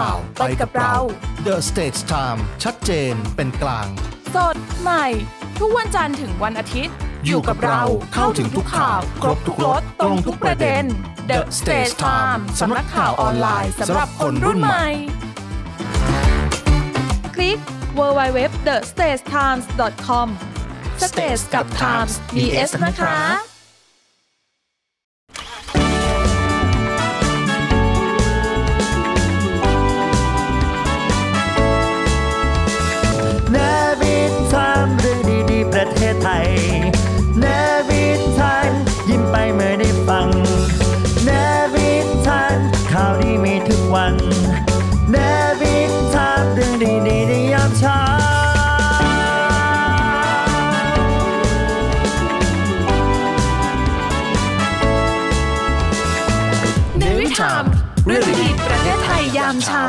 ข่าวไปกับเรา The Stage Time ชัดเจนเป็นกลางสดใหม่ทุกวันจันทร์ถึงวันอาทิตย์อยู่กับเราเข้าถึงทุกข่าวครบทุกรสตรงทุกประเด็น The Stage Time สำนักข่าวออนไลน์สำหรับคนรุ่นใหม่คลิก www.thestagetimes.com Stage กับ Times มี S นะคะเนวิทามเรื่องดีๆประเทศไทยเนวิทามยิ้มไปเมื่อได้ฟังเนวิทามข่าวดีมีทุกวันเนวิทามเรื่องดีๆในยามเช้าเนวิทามเรื่องดีๆประเทศไทยยามเช้า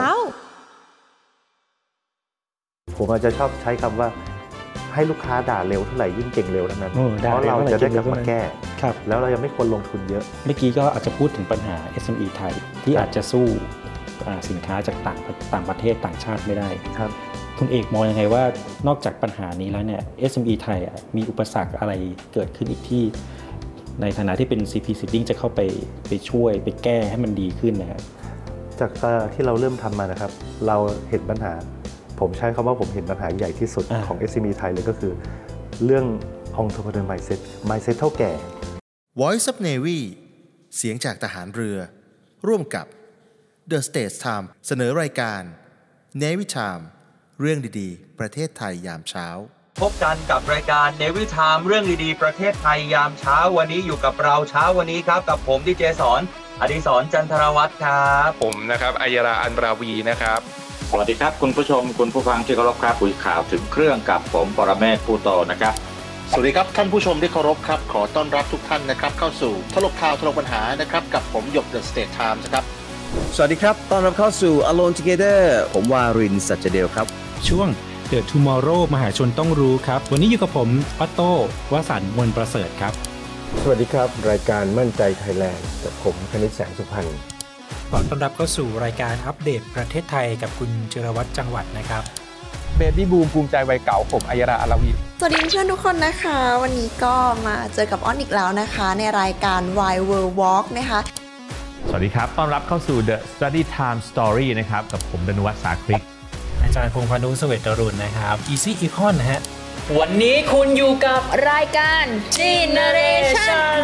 ผมอาจจะชอบใช้คำว่าให้ลูกค้าด่าเร็วเท่าไหร่ยิ่งเก่งเร็วเท่านั้นเพราะเราจะได้กลับมาแก้แล้วเรายังไม่ควรลงทุนเยอะเมื่อกี้ก็อาจจะพูดถึงปัญหา SME ไทยที่อาจจะสู้สินค้าจากต่างประเทศต่างชาติไม่ได้คุณเอกมองยังไงว่านอกจากปัญหานี้แล้วเนี่ย SME ไทยมีอุปสรรคอะไรเกิดขึ้นอีกที่ในฐานะที่เป็น CP Seeding จะเข้าไปช่วยไปแก้ให้มันดีขึ้นนะครับจากที่เราเริ่มทำมานะครับเราเห็นปัญหาผมใช้คำว่าผมเห็นปัญหาใหญ่ที่สุดของ SME ไทยเลยก็คือเรื่อง Entrepreneur Mindset เท่าแก่ Voice of Navy เสียงจากทหารเรือร่วมกับ The Stage Time เสนอรายการ Navy Time เรื่องดีๆประเทศไทยยามเช้าพบกันกับรายการ Navy Time เรื่องดีๆประเทศไทยยามเช้าวันนี้อยู่กับเราเช้าวันนี้ครับกับผมดีเจสอนอดิศรจันทรวัฒน์ครับผมนะครับอัยราอันราวีนะครับสวัสดีครับคุณผู้ชมคุณผู้ฟังที่เคารพครับคุยข่าวถึงเครื่องกับผมปรเมศภูโตนะครับสวัสดีครับท่านผู้ชมที่เคารพครับขอต้อนรับทุกท่านนะครับเข้าสู่ถลกข่าวถลกปัญหานะครับกับผมหยก The State Times ครับสวัสดีครับต้อนรับเข้าสู่ Alone Together ผมวารินทร์สัจเดลครับช่วง The Tomorrow มหาชนต้องรู้ครับวันนี้อยู่กับผมออโต้วสันต์มนต์ประเสริฐครับสวัสดีครับรายการมั่นใจไทยแลนด์กับผมคณิตแสงสุพรรณขอต้อนรับเข้าสู่รายการอัปเดตประเทศไทยกับคุณจิรวัตรจังหวัดนะครับเบบี้บูมภูมิใจวัยเก่าผมอัยราอัลาวีสวัสดีเพื่อนทุกคนนะคะวันนี้ก็มาเจอกับอ้อนอีกแล้วนะคะในรายการ Why World Walk นะคะสวัสดีครับต้อนรับเข้าสู่ The Study Time Story นะครับกับผมดนุวัฒน์สาคริกอาจารย์พงษ์พานุเสวตรุณนะครับ Easy Econ นะฮะวันนี้คุณอยู่กับรายการ Generation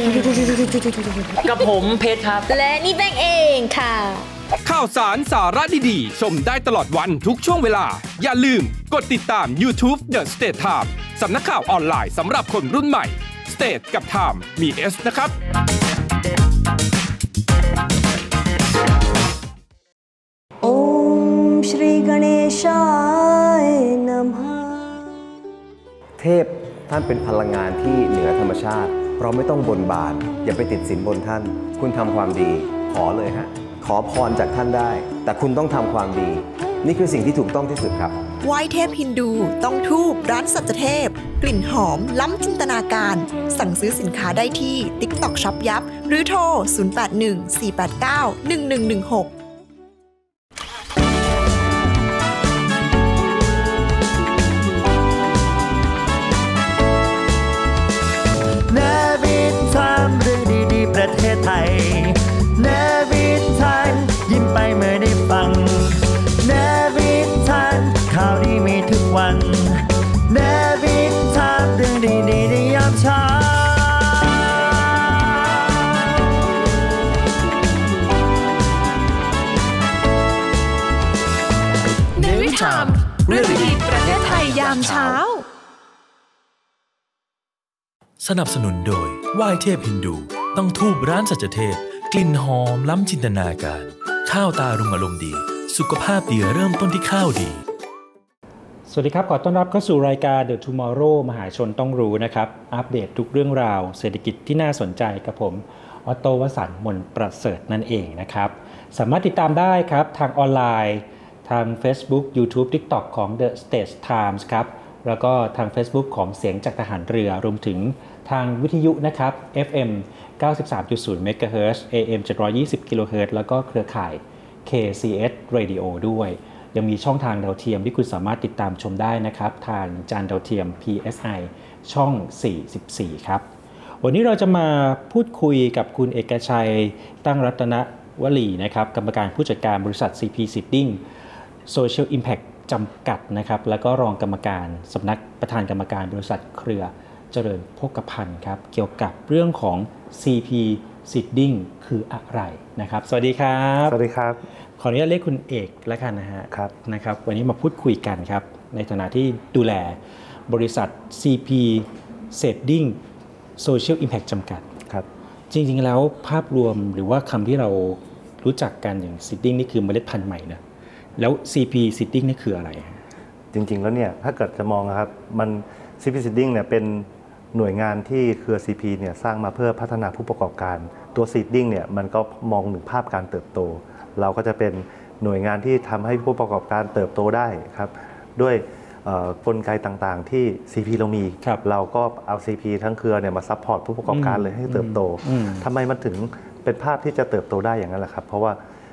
กับผมเพชรครับและนี่แบงเองค่ะข่าวสารสาระดีๆชมได้ตลอดวันทุกช่วงเวลาอย่าลืมกดติดตาม YouTube The State Time สำนักข่าวออนไลน์สำหรับคนรุ่นใหม่ State กับ Time มี S นะครับโอมชรีกเนชายนัมหาเทพท่านเป็นพลังงานที่เหนือธรรมชาติเราไม่ต้องบนบานอย่าไปติดสินบนท่านคุณทำความดีขอเลยฮะขอพรจากท่านได้แต่คุณต้องทำความดีนี่คือสิ่งที่ถูกต้องที่สุดครับไหว้เทพฮินดูต้องธูปร้านสัจเทพกลิ่นหอมล้ำจินตนาการสั่งซื้อสินค้าได้ที่ TikTok Shop ยับหรือโทร0814891116 ประเทศไทยเนวิทามยิ้มไปเมื่อได้ฟังเนวิทามข่าวดีมีทุกวันเนวิทามเรื่องดีๆในยามเช้าเนวิทามเรื่องดีๆประเทศไทยยามเช้าสนับสนุนโดยไหว้เทพฮินดูต้องธูปร้านสัจเทพกลิ่นหอมล้ำจินตนาการข้าวตารุ่งอารมณ์ดีสุขภาพดีเริ่มต้นที่ข้าวดีสวัสดีครับขอต้อนรับเข้าสู่รายการ The Tomorrow มหาชนต้องรู้นะครับอัปเดตทุกเรื่องราวเศรษฐกิจที่น่าสนใจกับผมออโต้วสันต์มนต์ประเสริฐนั่นเองนะครับสามารถติดตามได้ครับทางออนไลน์ทาง Facebook YouTube TikTok ของ The State Times ครับแล้วก็ทาง Facebook ของเสียงจากทหารเรือรวมถึงทางวิทยุนะครับ FM 93.0 MHz AM 720 kHz แล้วก็เครือข่าย KCS Radio ด้วยยังมีช่องทางดาวเทียมที่คุณสามารถติดตามชมได้นะครับทางจานดาวเทียม PSI ช่อง 44 ครับวันนี้เราจะมาพูดคุยกับคุณเอกชัยตั้งรัตนวลีนะครับกรรมการผู้จัดการบริษัท CP Seeding Social Impact จำกัดนะครับแล้วก็รองกรรมการสำนักประธานกรรมการบริษัทเครือเจริญโภคภัณฑ์ครับเกี่ยวกับเรื่องของ CP Seeding คืออะไรนะครับสวัสดีครับสวัสดีครับขออนุญาตเรียกคุณเอกแล้วกันนะฮะนะครับวันนี้มาพูดคุยกันครับในฐานะที่ดูแลบริษัท CP Seeding Social Impact จำกัดครับจริงๆแล้วภาพรวมหรือว่าคำที่เรารู้จักกันอย่าง Seeding นี่คือเมล็ดพันธุ์ใหม่นะแล้ว CP Seeding นี่คืออะไรจริงๆแล้วเนี่ยถ้าเกิดจะมองนะครับมัน CP Seeding เนี่ยเป็นหน่วยงานที่เครือ CP เนี่ยสร้างมาเพื่อพัฒนาผู้ประกอบการตัว Seeding เนี่ยมันก็มองถึงภาพการเติบโตเราก็จะเป็นหน่วยงานที่ทำให้ผู้ประกอบการเติบโตได้ครับด้วยกลไกต่างๆที่ CP เรามีเราก็เอา CP ทั้งเครือเนี่ยมาซัพพอร์ตผู้ประกอบการเลยให้เติบโตทำไมมันถึงเป็นภาพที่จะเติบโตได้อย่างนั้นแหละครับเพราะว่า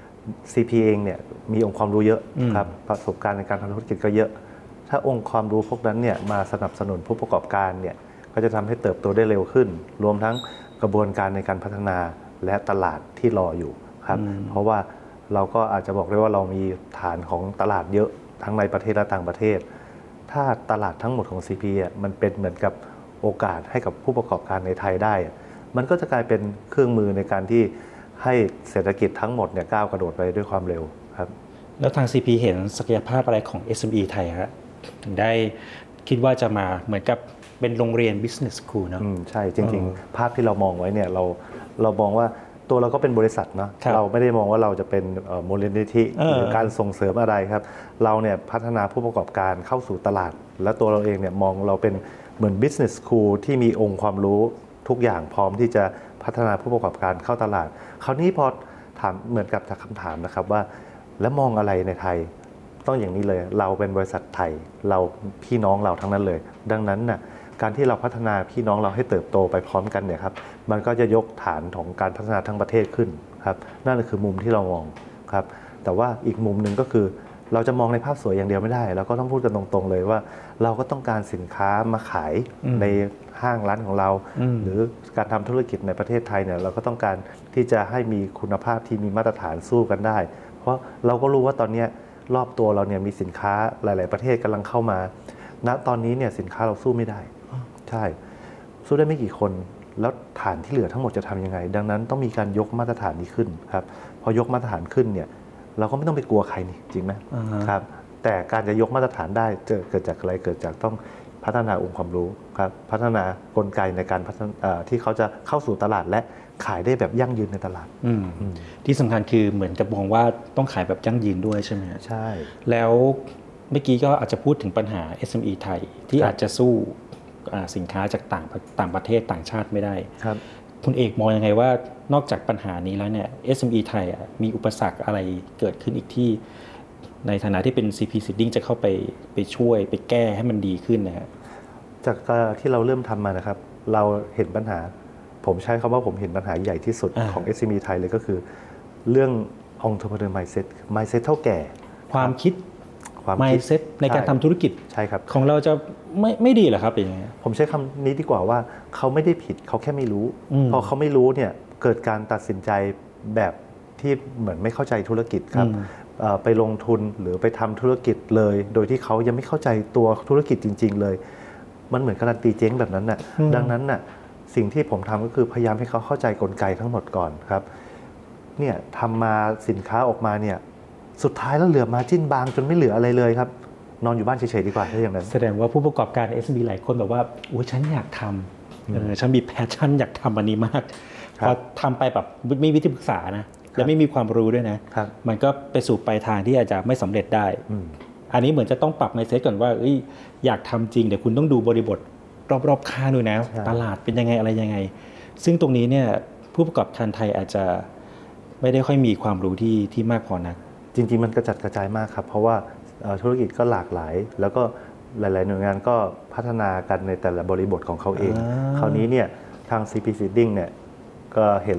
CP เองเนี่ยมีองค์ความรู้เยอะครับประสบการณ์ในการทำธุรกิจก็เยอะถ้าองค์ความรู้พวกนั้นเนี่ยมาสนับสนุนผู้ประกอบการเนี่ยก็จะทำให้เติบโตได้เร็วขึ้นรวมทั้งกระบวนการในการพัฒนาและตลาดที่รออยู่ครับเพราะว่าเราก็อาจจะบอกได้ว่าเรามีฐานของตลาดเยอะทั้งในประเทศและต่างประเทศถ้าตลาดทั้งหมดของ CP มันเป็นเหมือนกับโอกาสให้กับผู้ประกอบการในไทยได้มันก็จะกลายเป็นเครื่องมือในการที่ให้เศรษฐกิจทั้งหมดเนี่ยก้าวกระโดดไปด้วยความเร็วครับแล้วทาง CP เห็นศักยภาพอะไรของ SME ไทยครับถึงได้คิดว่าจะมาเหมือนกับเป็นโรงเรียน Business School เนาะใช่จริงๆภาพที่เรามองไว้เนี่ยเรามองว่าตัวเราก็เป็นบริษัทเนาะเราไม่ได้มองว่าเราจะเป็นมูลนิธิหรือการส่งเสริมอะไรครับเราเนี่ยพัฒนาผู้ประกอบการเข้าสู่ตลาดและตัวเราเองเนี่ยมองเราเป็นเหมือน Business School ที่มีองค์ความรู้ทุกอย่างพร้อมที่จะพัฒนาผู้ประกอบการเข้าตลาดคราวนี้พอถามเหมือนกับคำถามนะครับว่าแล้วมองอะไรในไทยต้องอย่างนี้เลยเราเป็นบริษัทไทยเราพี่น้องเราทั้งนั้นเลยดังนั้นน่ะการที่เราพัฒนาพี่น้องเราให้เติบโตไปพร้อมกันเนี่ยครับมันก็จะยกฐานของการพัฒนาทั้งประเทศขึ้นครับนั่นคือมุมที่เรามองครับแต่ว่าอีกมุมหนึ่งก็คือเราจะมองในภาพสวยอย่างเดียวไม่ได้เราก็ต้องพูดกันตรงๆเลยว่าเราก็ต้องการสินค้ามาขายในห้างร้านของเราหรือการทำธุรกิจในประเทศไทยเนี่ยเราก็ต้องการที่จะให้มีคุณภาพที่มีมาตรฐานสู้กันได้เพราะเราก็รู้ว่าตอนนี้รอบตัวเราเนี่ยมีสินค้าหลายๆประเทศกำลังเข้ามาณตอนนี้เนี่ยสินค้าเราสู้ไม่ได้ใช่สู้ได้ไม่กี่คนแล้วฐานที่เหลือทั้งหมดจะทำยังไงดังนั้นต้องมีการยกมาตรฐานนี้ขึ้นครับพอยกมาตรฐานขึ้นเนี่ยเราก็ไม่ต้องไปกลัวใครนี่จริงไหมครับแต่การจะยกมาตรฐานได้เกิดจากอะไรเกิดจากต้องพัฒนาองค์ความรู้ครับพัฒนากลไกในการที่เขาจะเข้าสู่ตลาดและขายได้แบบยั่งยืนในตลาดที่สำคัญคือเหมือนกับมองว่าต้องขายแบบยั่งยืนด้วยใช่ไหมใช่แล้วเมื่อกี้ก็อาจจะพูดถึงปัญหา SME ไทยที่อาจจะสู้สินค้าจากต่างประเทศต่างชาติไม่ได้ครับคุณเอกมองยังไงว่านอกจากปัญหานี้แล้วเนี่ย SME ไทยมีอุปสรรคอะไรเกิดขึ้นอีกที่ในฐานะที่เป็น CP Seeding จะเข้าไปช่วยไปแก้ให้มันดีขึ้นนะฮะจากที่เราเริ่มทำมานะครับเราเห็นปัญหาผมใช้คำว่าผมเห็นปัญหาใหญ่ที่สุดของ SME ไทยเลยก็คือเรื่อง Entrepreneur Mindset เท่าแก่ความคิด mindset ในการทำธุรกิจใช่ครับของเราจะไม่ดีเหรอครับอย่างไงผมใช้คำนี้ดีกว่าว่าเขาไม่ได้ผิดเขาแค่ไม่รู้พอเขาไม่รู้เนี่ยเกิดการตัดสินใจแบบที่เหมือนไม่เข้าใจธุรกิจครับไปลงทุนหรือไปทำธุรกิจเลยโดยที่เขายังไม่เข้าใจตัวธุรกิจจริงๆเลยมันเหมือนการันตีเจ๊งแบบนั้นน่ะดังนั้นน่ะสิ่งที่ผมทำก็คือพยายามให้เขาเข้าใจกลไกทั้งหมดก่อนครับเนี่ยทำมาสินค้าออกมาเนี่ยสุดท้ายแล้วเหลือมาร์จิ้นบางจนไม่เหลืออะไรเลยครับนอนอยู่บ้านเฉยๆดีกว่าถ้าอย่างนั้นแสดงว่าผู้ประกอบการ SME หลายคนแบบว่าโอ้ฉันอยากทำฉันมีแพชชั่นอยากทำอันนี้มากพอทำไปแบบไม่มีวิธีปรึกษานะและไม่มีความรู้ด้วยนะมันก็ไปสู่ปลายทางที่อาจจะไม่สำเร็จได้อันนี้เหมือนจะต้องปรับ mindset ก่อนว่าอยากทำจริงเดี๋ยวคุณต้องดูบริบทรอบๆข้างด้วยนะตลาดเป็นยังไงอะไรยังไงซึ่งตรงนี้เนี่ยผู้ประกอบการไทยอาจจะไม่ได้ค่อยมีความรู้ที่มากพอนักจริงๆมันกระจัดกระจายมากครับเพราะว่าธุรกิจก็หลากหลายแล้วก็หลายๆหน่วยงานก็พัฒนากันในแต่ละบริบทของเขาเองคราวนี้เนี่ยทาง CP Seeding เนี่ยก็เห็นเลย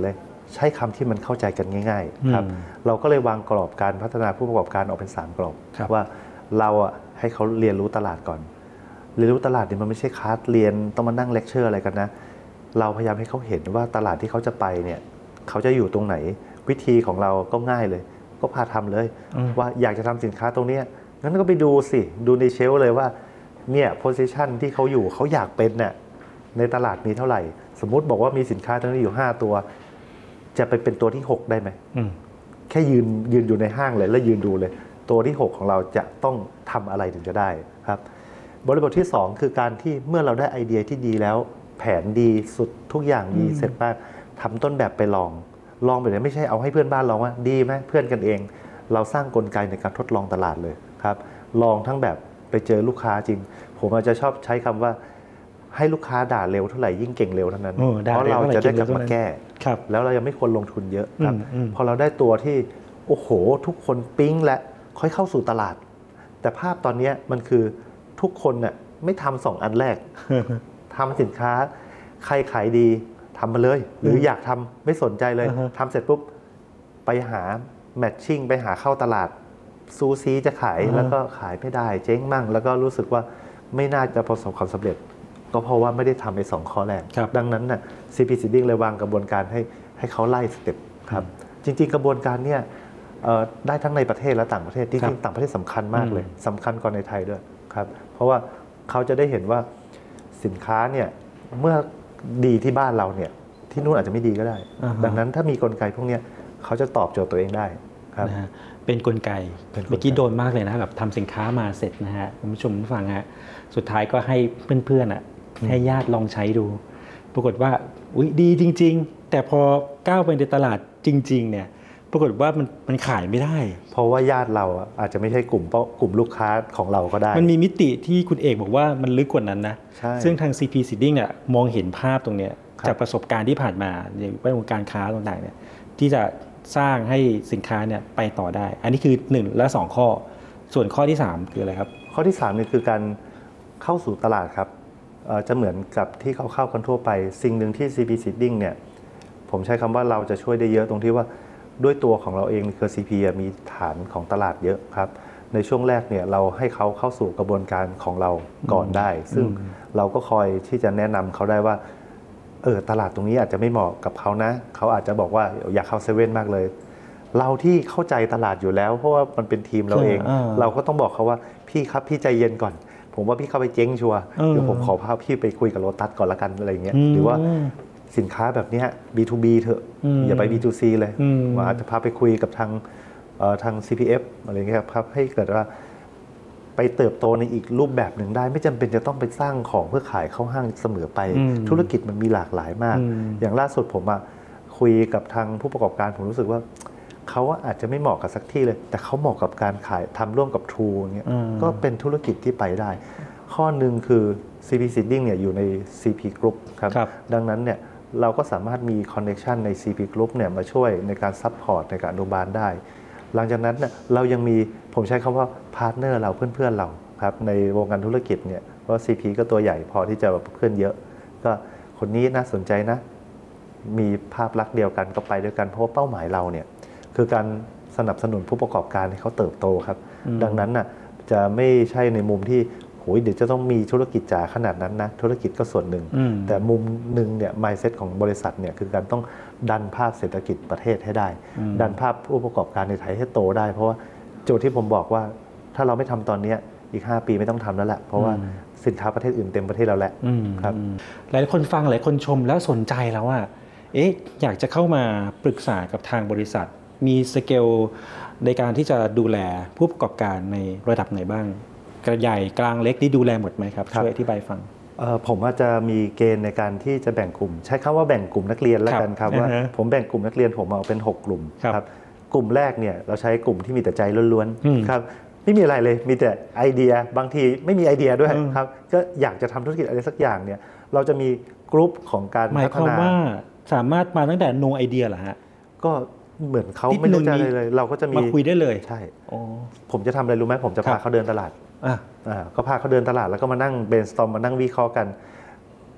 ใช้คำที่มันเข้าใจกันง่ายๆครับเราก็เลยวางกรอบการพัฒนาผู้ประกอบการออกเป็น3กรอบว่าเราให้เขาเรียนรู้ตลาดก่อนเรียนรู้ตลาดนี่มันไม่ใช่คลาสเรียนต้องมานั่งเลคเชอร์อะไรกันนะเราพยายามให้เขาเห็นว่าตลาดที่เขาจะไปเนี่ยเขาจะอยู่ตรงไหนวิธีของเราก็ง่ายเลยก็พาทำเลยว่าอยากจะทำสินค้าตรงนี้งั้นก็ไปดูสิดูในเชลฟ์เลยว่าเนี่ยโพสิชันที่เขาอยู่เขาอยากเป็นเนี่ยในตลาดมีเท่าไหร่สมมุติบอกว่ามีสินค้าตรงนี้อยู่5ตัวจะไปเป็นตัวที่6ได้ไหมแค่ยืนอยู่ในห้างเลยแล้วยืนดูเลยตัวที่6ของเราจะต้องทำอะไรถึงจะได้ครับบริบทที่2คือการที่เมื่อเราได้ไอเดียที่ดีแล้วแผนดีสุดทุกอย่างดีเสร็จมากทำต้นแบบไปลองแบบนี้ไม่ใช่เอาให้เพื่อนบ้านลองว่าดีไหมเพื่อนกันเองเราสร้างกลไกในการทดลองตลาดเลยครับลองทั้งแบบไปเจอลูกค้าจริงผมอาจจะชอบใช้คำว่าให้ลูกค้าด่าเร็วเท่าไหร่ยิ่งเก่งเร็วเท่านั้นเพราะเราจะได้กลับมาแก้แล้วเรายังไม่ควรลงทุนเยอะครับพอเราได้ตัวที่โอ้โหทุกคนปิ๊งและค่อยเข้าสู่ตลาดแต่ภาพตอนนี้มันคือทุกคนน่ะไม่ทำ2อันแรกทำสินค้าใครขายดีทำมาเลยหรืออยากทำไม่สนใจเลยทำเสร็จปุ๊บไปหาแมทชิ่งไปหาเข้าตลาดซูซีจะขายแล้วก็ขายไม่ได้เจ๊งมั่งแล้วก็รู้สึกว่าไม่น่าจะประสบความสำเร็จก็เพราะว่าไม่ได้ทำใน2ข้อแรกดังนั้นน่ะ CP Seeding เลยวางกระบวนการให้เขาไล่สเต็ปครับจริงๆกระบวนการเนี่ยได้ทั้งในประเทศและต่างประเทศที่จริงต่างประเทศสำคัญมากเลยสำคัญกว่าในไทยด้วยครับเพราะว่าเขาจะได้เห็นว่าสินค้าเนี่ยเมื่อดีที่บ้านเราเนี่ยที่นู่นอาจจะไม่ดีก็ได้ดังนั้นถ้ามีกลไกพวกนี้เขาจะตอบโจทย์ตัวเองได้ครับเป็นกลไกเมื่อกี้โดนมากเลยนะแบบทำสินค้ามาเสร็จนะฮะคุณผู้ชมผู้ฟังฮะสุดท้ายก็ให้เพื่อนๆให้ญาติลองใช้ดูปรากฏว่าอุ๊ยดีจริงๆแต่พอก้าวไปในตลาดจริงๆเนี่ยปรากฏว่ามันขายไม่ได้เพราะว่าญาติเราอาจจะไม่ใช่กลุ่มลูกค้าของเราก็ได้มันมีมิติที่คุณเอกบอกว่ามันลึกกว่านั้นนะซึ่งทาง CP Seeding เนี่ยมองเห็นภาพตรงเนี้ยจากประสบการณ์ที่ผ่านมาอย่างในวงการค้าต่างๆเนี่ยที่จะสร้างให้สินค้าเนี่ยไปต่อได้อันนี้คือ1และ2ข้อส่วนข้อที่3คืออะไรครับข้อที่3นี่คือการเข้าสู่ตลาดครับจะเหมือนกับที่เขาเข้ากันทั่วไปสิ่งหนึ่งที่ CP Seeding เนี่ยผมใช้คำว่าเราจะช่วยได้เยอะตรงที่ว่าด้วยตัวของเราเองคือ CP มีฐานของตลาดเยอะครับในช่วงแรกเนี่ยเราให้เขาเข้าสู่กระบวนการของเราก่อนได้ซึ่งเราก็คอยที่จะแนะนำเขาได้ว่าตลาดตรงนี้อาจจะไม่เหมาะกับเขานะเขาอาจจะบอกว่าอยากเข้าเซเว่นมากเลยเราที่เข้าใจตลาดอยู่แล้วเพราะว่ามันเป็นทีมเราเองเราก็ต้องบอกเขาว่าพี่ครับพี่ใจเย็นก่อนผมว่าพี่เข้าไปเจ๊งชัวร์เดี๋ยวผมขอพาพี่ไปคุยกับโลตัสก่อนละกันอะไรอย่างเงี้ยหรือว่าสินค้าแบบนี้ B2B เถอะอย่าไป B2C เลยว่าอาจจะพาไปคุยกับทาง CPF อะไรเงี้ยครับให้เกิดว่าไปเติบโตในอีกรูปแบบหนึ่งได้ไม่จำเป็นจะต้องไปสร้างของเพื่อขายเข้าห้างเสมอไปธุรกิจมันมีหลากหลายมากอย่างล่าสุดผมคุยกับทางผู้ประกอบการผมรู้สึกว่าเขาอาจจะไม่เหมาะกับสักที่เลยแต่เขาเหมาะกับการขายทำร่วมกับ True เงี้ยก็เป็นธุรกิจที่ไปได้ข้อหนึ่งคือ CP Seeding เนี่ยอยู่ใน CP Group ครับดังนั้นเนี่ยเราก็สามารถมีคอนเนคชันใน CP Group เนี่ยมาช่วยในการซัพพอร์ตในการอนุบาลได้หลังจากนั้นเนี่ยเรายังมีผมใช้คำว่าพาร์ทเนอร์เราเพื่อนๆเราครับในวงการธุรกิจเนี่ยเพราะ CP ก็ตัวใหญ่พอที่จะเพื่อนเยอะก็คนนี้น่าสนใจนะมีภาพลักษณ์เดียวกันก็ไปด้วยกันเพราะว่าเป้าหมายเราเนี่ยคือการสนับสนุนผู้ประกอบการให้เขาเติบโตครับดังนั้นน่ะจะไม่ใช่ในมุมที่เดี๋ยวจะต้องมีธุรกิจจ๋าขนาดนั้นนะธุรกิจก็ส่วนหนึ่งแต่มุมหนึ่งเนี่ย mindset ของบริษัทเนี่ยคือการต้องดันภาพเศรษฐกิจประเทศให้ได้ดันภาพผู้ประกอบการในไทยให้โตได้เพราะว่าโจทย์ที่ผมบอกว่าถ้าเราไม่ทำตอนนี้อีก5 ปีไม่ต้องทำแล้วแหละเพราะว่าสินค้าประเทศอื่นเต็มประเทศเราแหละครับหลายคนฟังหลายคนชมแล้วสนใจแล้วว่าอยากจะเข้ามาปรึกษากับทางบริษัทมีสเกลในการที่จะดูแลผู้ประกอบการในระดับไหนบ้างกระใหญ่กลางเล็กที่ดูแลหมดไหมครับช่วยอธิบายฟังผมว่าจะมีเกณฑ์ในการที่จะแบ่งกลุ่มใช้คำว่าแบ่งกลุ่มนักเรียนแล้วกันครับว่าผมแบ่งกลุ่มนักเรียนผมเอาเป็น6 กลุ่มครับกลุ่มแรกเนี่ยเราใช้กลุ่มที่มีแต่ใจล้วนๆครับไม่มีอะไรเลยมีแต่ไอเดียบางทีไม่มีไอเดียด้วยครับก็อยากจะทำธุรกิจอะไรสักอย่างเนี่ยเราจะมีกลุ่มของการพัฒนาหมายความว่าสามารถมาตั้งแต่ no idea เหรอฮะก็เหมือนเขาไม่รู้จะอะไรเลยเราก็จะมีมาคุยได้เลยใช่ผมจะทำอะไรรู้ไหมผมจะพาเขาเดินตลาดก็พาเขาเดินตลาดแล้วก็มานั่งเบรนสตอร์มมานั่งวิเคราะห์กัน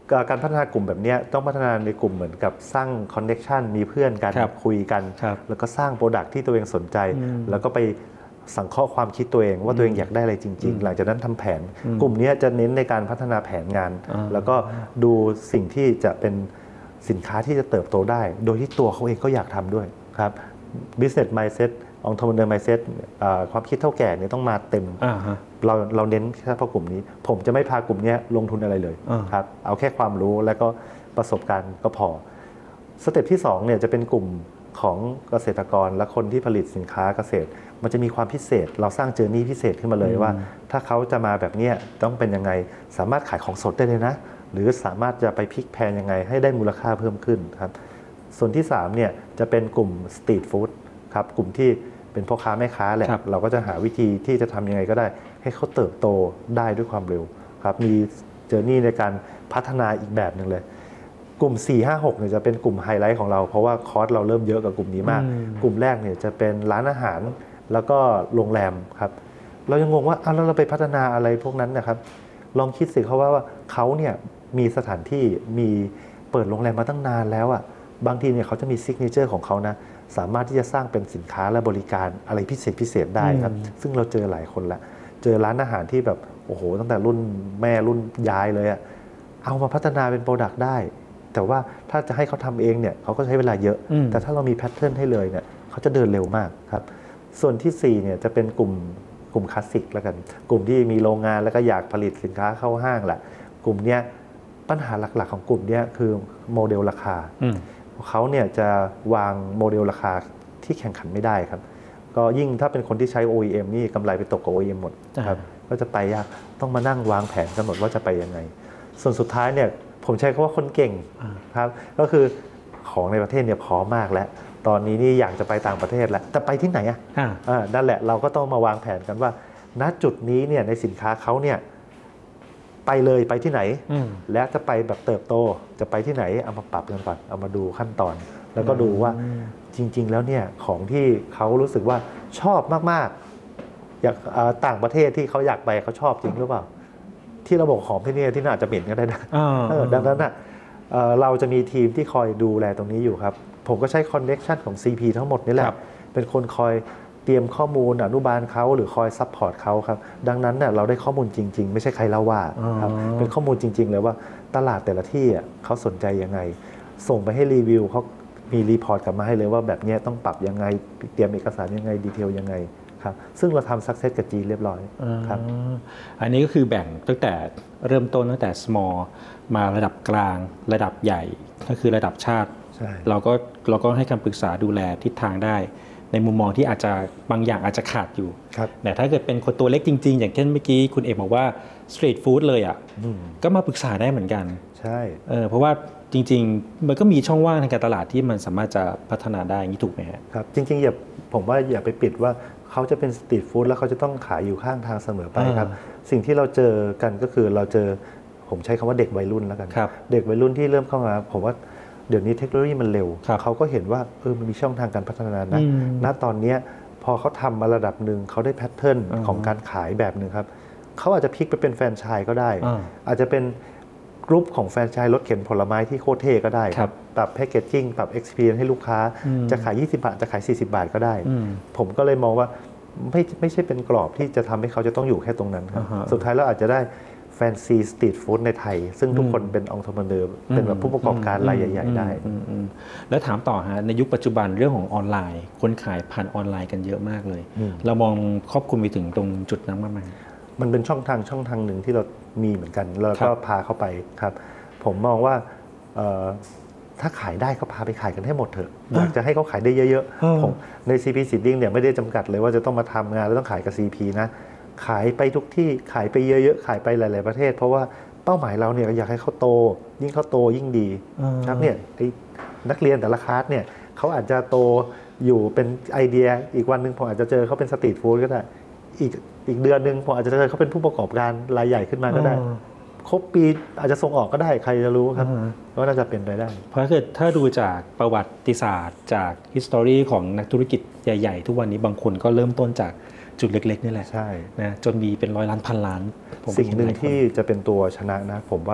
การพัฒนากลุ่มแบบนี้ต้องพัฒนาในกลุ่มเหมือนกับสร้างคอนเนคชันมีเพื่อนกันคุยกันแล้วก็สร้างโปรดักต์ที่ตัวเองสนใจแล้วก็ไปสังเคราะห์ความคิดตัวเองว่าตัวเองอยากได้อะไรจริงๆหลังจากนั้นทำแผนกลุ่มนี้จะเน้นในการพัฒนาแผนงานแล้วก็ดูสิ่งที่จะเป็นสินค้าที่จะเติบโตได้โดยที่ตัวเขาเองก็อยากทำด้วยครับ business mindset entrepreneur mindset ความคิดเท่าแก่เนี่ยต้องมาเต็มเราเน้นแค่พวกกลุ่มนี้ผมจะไม่พากลุ่มนี้ลงทุนอะไรเลยครับเอาแค่ความรู้และก็ประสบการณ์ก็พอสเต็ปที่2เนี่ยจะเป็นกลุ่มของเกษตรกรและคนที่ผลิตสินค้าเกษตรมันจะมีความพิเศษเราสร้างเจอร์นี่พิเศษขึ้นมาเลยว่าถ้าเขาจะมาแบบนี้ต้องเป็นยังไงสามารถขายของสดได้เลยนะหรือสามารถจะไปพลิกแพลงยังไงให้ได้มูลค่าเพิ่มขึ้นครับส่วนที่3เนี่ยจะเป็นกลุ่มสตรีทฟู้ดครับกลุ่มที่เป็นพ่อค้าแม่ค้าแหละเราก็จะหาวิธีที่จะทำยังไงก็ได้ให้เขาเติบโตได้ด้วยความเร็วครับมีเจอร์นี่ในการพัฒนาอีกแบบนึงเลยกลุ่ม 4-5-6 เนี่ยจะเป็นกลุ่มไฮไลท์ของเราเพราะว่าคอร์สเราเริ่มเยอะกับกลุ่มนี้มากกลุ่มแรกเนี่ยจะเป็นร้านอาหารแล้วก็โรงแรมครับเรายังงงว่าแล้วเราไปพัฒนาอะไรพวกนั้นนะครับลองคิดสิเขาว่าเขาเนี่ยมีสถานที่มีเปิดโรงแรมมาตั้งนานแล้วอ่ะบางทีเนี่ยเขาจะมีซิกเนเจอร์ของเขานะสามารถที่จะสร้างเป็นสินค้าและบริการอะไรพิเศษได้ครับซึ่งเราเจอหลายคนละเจอร้านอาหารที่แบบโอ้โหตั้งแต่รุ่นแม่รุ่นยายเลยอ่ะเอามาพัฒนาเป็นโปรดักต์ได้แต่ว่าถ้าจะให้เขาทำเองเนี่ยเขาก็ใช้เวลาเยอะแต่ถ้าเรามีแพทเทิร์นให้เลยเนี่ยเขาจะเดินเร็วมากครับส่วนที่4เนี่ยจะเป็นกลุ่มคลาสสิกแล้วกันกลุ่มที่มีโรงงานแล้วก็อยากผลิตสินค้าเข้าห้างแหละกลุ่มเนี้ยปัญหาหลักๆของกลุ่มเนี้ยคือโมเดลราคาเขาเนี่ยจะวางโมเดลราคาที่แข่งขันไม่ได้ครับก็ยิ่งถ้าเป็นคนที่ใช้ OEM นี่กำไรไปตกกับ OEM หมดครับก็จะไปยากต้องมานั่งวางแผนกำหนดว่าจะไปยังไงส่วนสุดท้ายเนี่ยผมใช้คำว่าคนเก่งครับก็คือของในประเทศเนี่ยพร้อมมากแล้วตอนนี้นี่อยากจะไปต่างประเทศแล้วแต่ไปที่ไหนนั่นแหละเราก็ต้องมาวางแผนกันว่าณจุดนี้เนี่ยในสินค้าเขาเนี่ยไปเลยไปที่ไหนและจะไปแบบเติบโตจะไปที่ไหนเอามาปรับกันก่อนเอามาดูขั้นตอนแล้วก็ดูว่าจริงๆแล้วเนี่ยของที่เขารู้สึกว่าชอบมากๆอยากต่างประเทศที่เขาอยากไปเขาชอบจริงหรือเปล่าที่เราบอกหอมที่นี่ที่น่าจะเหม็นก็ได้นะดังนั้นเราจะมีทีมที่คอยดูแลตรงนี้อยู่ครับผมก็ใช้คอนเนคชั่นของ CP ทั้งหมดนี่แหละเป็นคนคอยเตรียมข้อมูลอนุบาลเขาหรือคอยซัพพอร์ตเขาครับดังนั้นเนี่ยเราได้ข้อมูลจริงๆไม่ใช่ใครเล่าว่าครับเป็นข้อมูลจริงๆเลยว่าตลาดแต่ละที่เขาสนใจยังไงส่งไปให้รีวิวเขามีรีพอร์ตกลับมาให้เลยว่าแบบนี้ต้องปรับยังไงเตรียมเอกสารยังไงดีเทลยังไงครับซึ่งเราทำ success กับจีนเรียบร้อยครับอันนี้ก็คือแบ่งตั้งแต่เริ่มต้นตั้งแต่ small มาระดับกลางระดับใหญ่ก็คือระดับชาติเราก็ให้คำปรึกษาดูแลทิศทางได้ในมุมมองที่อาจจะบางอย่างอาจจะขาดอยู่แต่ถ้าเกิดเป็นคนตัวเล็กจริงๆอย่างเช่นเมื่อกี้คุณเอกบอกว่าสตรีทฟู้ดเลยก็มาปรึกษาได้เหมือนกันใช่เพราะว่าจริงๆมันก็มีช่องว่างในการตลาดที่มันสามารถจะพัฒนาได้อย่างนี้ถูกไหมครับจริงๆผมว่าอย่าไปปิดว่าเขาจะเป็นสตรีทฟู้ดแล้วเขาจะต้องขายอยู่ข้างทางเสมอไปครับสิ่งที่เราเจอกันก็คือเราเจอผมใช้คำว่าเด็กวัยรุ่นแล้วกันเด็กวัยรุ่นที่เริ่มเข้ามาผมว่าเดี๋ยวนี้เทคโนโลยีมันเร็วเขาก็เห็นว่ามันมีช่องทางการพัฒนานะณตอนนี้พอเขาทำมาระดับหนึ่งเขาได้แพทเทิร์นของการขายแบบนึงครับเขาอาจจะพลิกไปเป็นแฟรนไชส์ก็ได้อาจจะเป็นกรุ๊ปของแฟรนไชส์รถเข็นผลไม้ที่โคตรเท่ก็ได้ครับปรับแพคเกจจิ้งปรับ experience ให้ลูกค้าจะขาย20 บาทจะขาย40 บาทก็ได้ผมก็เลยมองว่าไม่ใช่เป็นกรอบที่จะทำให้เขาจะต้องอยู่แค่ตรงนั้นครับสุดท้ายเราอาจจะได้แฟนซีสตรีทฟู้ดในไทยซึ่งทุกคนเป็นองค์ประกอบเป็นแบบผู้ประกอบการรายใหญ่ๆได้แล้วถามต่อฮะในยุคปัจจุบันเรื่องของออนไลน์คนขายผ่านออนไลน์กันเยอะมากเลยเรามองครอบคลุมไปถึงตรงจุดนั้นมั้ยมันเป็นช่องทางหนึ่งที่เรามีเหมือนกันแล้วก็พาเข้าไปครับผมมองว่าถ้าขายได้ก็พาไปขายกันให้หมดเถอะอยากจะให้เขาขายได้เยอะๆผมใน CP Seeding เนี่ยไม่ได้จำกัดเลยว่าจะต้องมาทำงานแล้วต้องขายกับ CP นะขายไปทุกที่ขายไปเยอะๆขายไปหลายๆประเทศเพราะว่าเป้าหมายเราเนี่ยอยากให้เขาโตยิ่งเขาโตยิ่งดีครับเนี่ยนักเรียนแต่ละคลาสเนี่ยเขาอาจจะโตอยู่เป็นไอเดียอีกวันนึงผมอาจจะเจอเขาเป็นสตรีทฟู้ดก็ได้อีกเดือนนึงผมอาจจะเจอเขาเป็นผู้ประกอบการรายใหญ่ขึ้นมาก็ได้ครบปีอาจจะส่งออกก็ได้ใครจะรู้ครับว่าน่าจะเป็นไปได้เพราะถ้าดูจากประวัติศาสตร์จาก history ของนักธุรกิจใหญ่ๆทุกวันนี้บางคนก็เริ่มต้นจากจุดเล็กๆนี่แหละใช่นะจนมีเป็น100 ล้านพันล้านสิ่งหนึ่งที่จะเป็นตัวชนะนะผมว่า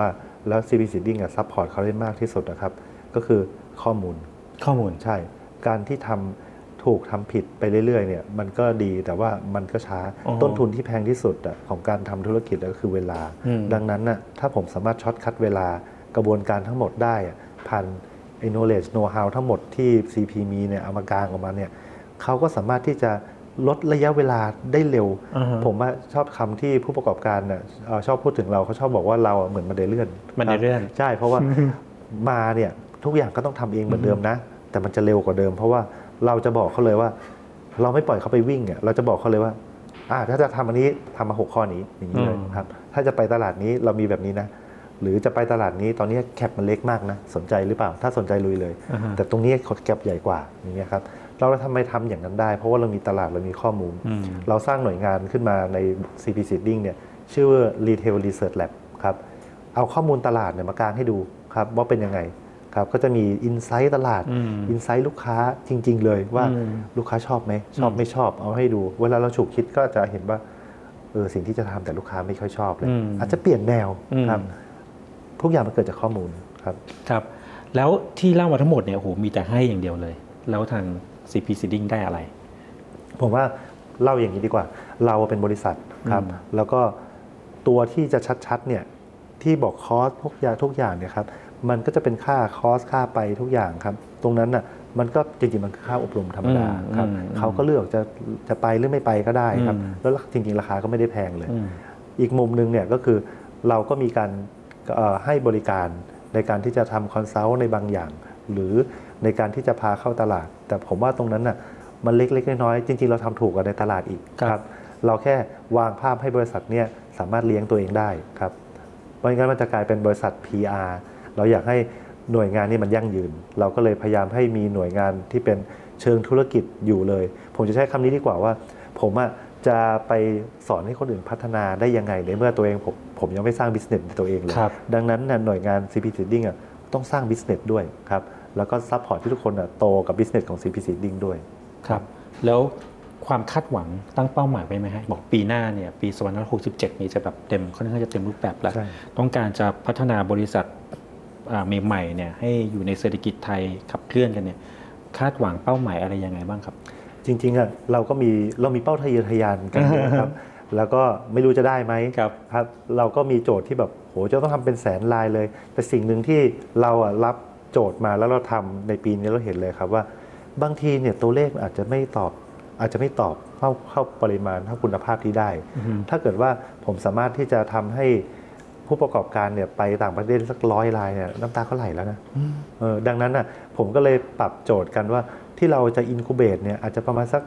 แล้ว CP Seeding ซัพพอร์ตเขาได้มากที่สุดนะครับก็คือข้อมูลใช่การที่ถูกทำผิดไปเรื่อยๆเนี่ยมันก็ดีแต่ว่ามันก็ช้าต้นทุนที่แพงที่สุดของการทำธุรกิจก็คือเวลาดังนั้นน่ะถ้าผมสามารถช็อตคัทเวลากระบวนการทั้งหมดได้ผ่านknowledge know how ทั้งหมดที่ CP มีเนี่ยเอามากางออกมาเนี่ยเขาก็สามารถที่จะลดระยะเวลาได้เร็วผมว่าชอบคำที่ผู้ประกอบการน่ะชอบพูดถึงเราเขาชอบบอกว่าเราเหมือนบันไดเลื่อนใช่เพราะว่ามาเนี่ยทุกอย่างก็ต้องทำเองเหมือนเดิมนะแต่มันจะเร็วกว่าเดิมเพราะว่าเราจะบอกเขาเลยว่าเราไม่ปล่อยเขาไปวิ่งเราจะบอกเขาเลยว่าถ้าจะทำอันนี้ทำมา6ข้อนี้อย่างนี้เลยครับถ้าจะไปตลาดนี้เรามีแบบนี้นะหรือจะไปตลาดนี้ตอนนี้แคปมันเล็กมากนะสนใจหรือเปล่าถ้าสนใจลุยเลยแต่ตรงนี้แคปใหญ่กว่าอย่างเงี้ยครับเราทำไมทำอย่างนั้นได้เพราะว่าเรามีตลาดเรามีข้อมูลเราสร้างหน่วยงานขึ้นมาใน CP Seeding เนี่ยชื่อว่า Retail Research Lab ครับเอาข้อมูลตลาดเนี่ยมากางให้ดูครับว่าเป็นยังไงครับก็จะมีอินไซต์ตลาดอินไซต์ลูกค้าจริงๆเลยว่าลูกค้าชอบไหมชอบไม่ชอบเอาให้ดูเวลาเราฉุกคิดก็จะเห็นว่าสิ่งที่จะทำแต่ลูกค้าไม่ค่อยชอบเลยอาจจะเปลี่ยนแนวครับทุกอย่างมันเกิดจากข้อมูลครับแล้วที่เล่ามาทั้งหมดเนี่ยโอ้โหมีแต่ให้อย่างเดียวเลยแล้วทาง CP Seeding ได้อะไรผมว่าเล่าอย่างนี้ดีกว่าเราเป็นบริษัทครับแล้วก็ตัวที่จะชัดๆเนี่ยที่บอกคอสทุกอย่างเนี่ยครับมันก็จะเป็นค่าคอสค่าไปทุกอย่างครับตรงนั้นน่ะมันก็จริงๆมันคือค่าอบรมธรรมดาครับเขาก็เลือกจะไปหรือไม่ไปก็ได้ครับแล้วจริงๆราคาก็ไม่ได้แพงเลยอีกมุมนึงเนี่ยก็คือเราก็มีการให้บริการในการที่จะทำคอนซัลท์ในบางอย่างหรือในการที่จะพาเข้าตลาดแต่ผมว่าตรงนั้นน่ะมันเล็กๆน้อยๆจริงๆเราทำถูกกว่าในตลาดอีกครับเราแค่วางภาพให้บริษัทเนี่ยสามารถเลี้ยงตัวเองได้ครับเพราะงั้นมันจะกลายเป็นบริษัท PR เราอยากให้หน่วยงานนี้มันยั่งยืนเราก็เลยพยายามให้มีหน่วยงานที่เป็นเชิงธุรกิจอยู่เลยผมจะใช้คำนี้ดีกว่าว่าผมจะไปสอนให้คนอื่นพัฒนาได้ยังไงในเมื่อตัวเองผมยังไม่สร้างบิสเนสในตัวเองเลยดังนั้นหน่วยงาน CP Seeding ต้องสร้างบิสเนสด้วยครับแล้วก็ซัพพอร์ตที่ทุกคนโตกับบิสเนสของ CP Seeding ด้วยครับแล้วความคาดหวังตั้งเป้าหมายไว้ไหมฮะบอกปีหน้าเนี่ยปี2567นี้จะแบบค่อนข้างจะเต็มรูปแบบแล้วต้องการจะพัฒนาบริษัทใหม่ๆเนี่ยให้อยู่ในเศรษฐกิจไทยขับเคลื่อนกันเนี่ยคาดหวังเป้าหมายอะไรยังไงบ้างครับจริงๆเรามีเป้าทะเยอทะยานกันเยอะครับแล้วก็ไม่รู้จะได้ไหมครับเราก็มีโจทย์ที่แบบจะต้องทำเป็นแสนลายเลยแต่สิ่งหนึ่งที่เรารับโจทย์มาแล้วเราทำในปีนี้เราเห็นเลยครับว่าบางทีเนี่ยตัวเลขอาจจะไม่ตอบเข้าปริมาณเท่าคุณภาพที่ได้ถ้าเกิดว่าผมสามารถที่จะทำให้ผู้ประกอบการเนี่ยไปต่างประเทศสัก100 รายเนี่ยน้ำตาก็ไหลแล้วนะดังนั้นผมก็เลยปรับโจทย์กันว่าที่เราจะอินคูเบตเนี่ยอาจจะประมาณสัก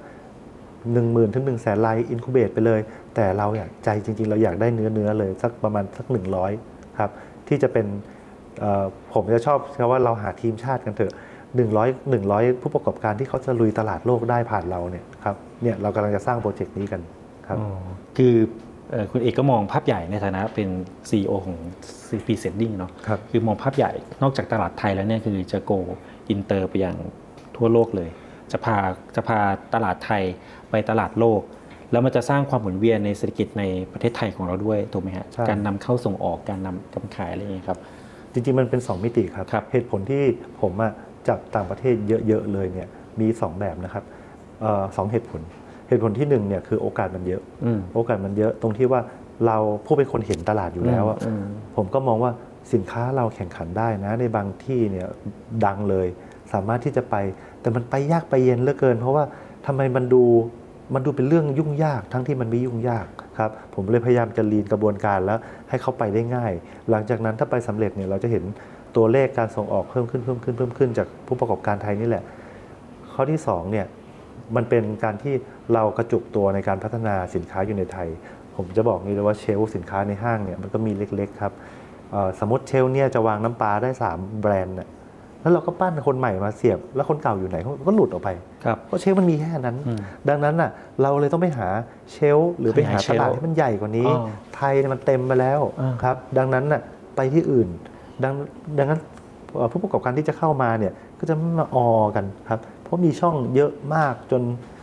10,000 ถึง 100,000 รายอินคูเบตไปเลยแต่เราอยากใจจริงๆเราอยากได้เนื้อเลยสักประมาณสัก100ครับที่จะเป็นผมจะชอบคำว่าเราหาทีมชาติกันเถอะ100ผู้ประกอบการที่เขาจะลุยตลาดโลกได้ผ่านเราเนี่ยครับเนี่ยเรากำลังจะสร้างโปรเจกต์นี้กันครับคือคุณเอกก็มองภาพใหญ่ในฐานะเป็น CEO ของ CP Seeding เนาะคือมองภาพใหญ่นอกจากตลาดไทยแล้วเนี่ยคือจะโกอินเตอร์ไปอย่างทั่วโลกเลยจะพาตลาดไทยไปตลาดโลกแล้วมันจะสร้างความหมุนเวียนในเศรษฐกิจในประเทศไทยของเราด้วยถูกไหมฮะการนำเข้าส่งออกการนำกำขายอะไรอย่างเงี้ยครับจริงๆมันเป็น2มิติครับเหตุผลที่ผมจากต่างประเทศเยอะๆเลยเนี่ยมี2แบบนะครับ2เหตุผลที่1เนี่ยคือโอกาสมันเยอะตรงที่ว่าเราผู้เป็นคนเห็นตลาดอยู่แล้วผมก็มองว่าสินค้าเราแข่งขันได้นะในบางที่เนี่ยดังเลยสามารถที่จะไปแต่มันไปยากไปเย็นเหลือเกินเพราะว่าทำไมมันดูเป็นเรื่องยุ่งยากทั้งที่มันไม่ยุ่งยากครับผมเลยพยายามจะลีนกระบวนการแล้วให้เขาไปได้ง่ายหลังจากนั้นถ้าไปสำเร็จเนี่ยเราจะเห็นตัวเลขการส่งออกเพิ่มขึ้นจากผู้ประกอบการไทยนี่แหละข้อที่2เนี่ยมันเป็นการที่เรากระจุกตัวในการพัฒนาสินค้าอยู่ในไทยผมจะบอกนี่เลยว่าเชลฟ์สินค้าในห้างเนี่ยมันก็มีเล็กๆครับสมมติเชลฟ์เนี่ยจะวางน้ำปลาได้3แบรนด์เนี่ยแล้วเราก็ปั้นคนใหม่มาเสียบแล้วคนเก่าอยู่ไหนก็หลุดออกไปเพราะเชลฟ์มันมีแค่นั้นดังนั้นเราเลยต้องไปหาเชลฟ์หรือไปหาตลาดที่มันใหญ่กว่านี้ไทยมันเต็มไปแล้วครับดังนั้นไปที่อื่นดังนั้นผู้ประกอบการที่จะเข้ามาเนี่ยก็จะมากันครับเพราะมีช่องเยอะมากจน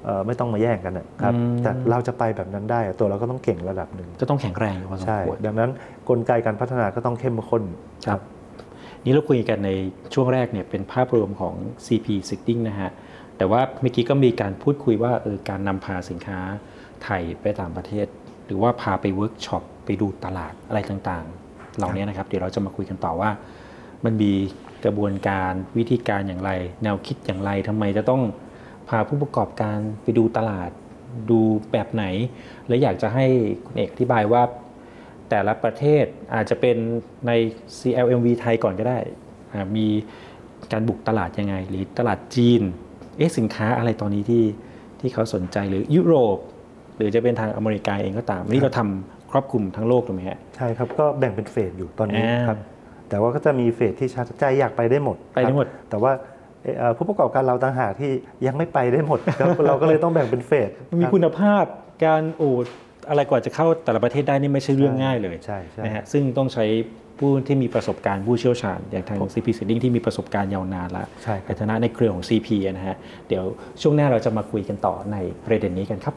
ไม่ต้องมาแย่งกันนะครับแต่เราจะไปแบบนั้นได้ตัวเราก็ต้องเก่งระดับหนึ่งก็ต้องแข็งแรงอยู่พอสมควรดังนั้นกลไกการพัฒนาก็ต้องเข้มข้นครับนี่เราคุยกันในช่วงแรกเนี่ยเป็นภาพรวมของ CP Seeding นะฮะแต่ว่าเมื่อกี้ก็มีการพูดคุยว่าการนำพาสินค้าไทยไปต่างประเทศหรือว่าพาไปเวิร์กช็อปไปดูตลาดอะไรต่างๆเหล่านี้นะครับเดี๋ยวเราจะมาคุยกันต่อว่ามันมีกระบวนการวิธีการอย่างไรแนวคิดอย่างไรทำไมจะต้องพาผู้ประกอบการไปดูตลาดดูแบบไหนและอยากจะให้คุณเอกอธิบายว่าแต่ละประเทศอาจจะเป็นใน CLMV ไทยก่อนก็ได้มีการบุกตลาดยังไงหรือตลาดจีนสินค้าอะไรตอนนี้ที่เขาสนใจหรือยุโรปหรือจะเป็นทางอเมริกาเองก็ตามนี่เราทำครอบคลุมทั้งโลกถูกไหมฮะใช่ครับก็แบ่งเป็นเฟสอยู่ตอนนี้ครับแต่ว่าก็จะมีเฟสที่ชัดใจอยากไปได้หมดแต่ว่าผู้ประกอบการเราต่างหากที่ยังไม่ไปได้หมดเราก็เลยต้องแบ่งเป็นเฟสมีคุณภาพการอะไรกว่าจะเข้าแต่ละประเทศได้นี่ไม่ใช่เรื่องง่ายเลยนะฮะซึ่งต้องใช้ผู้ที่มีประสบการณ์ผู้เชี่ยวชาญอย่างทาง CP Seeding ที่มีประสบการณ์ยาวนานแล้วในฐานะในเครือของ CP นะฮะเดี๋ยวช่วงหน้าเราจะมาคุยกันต่อในประเด็นนี้กันครับ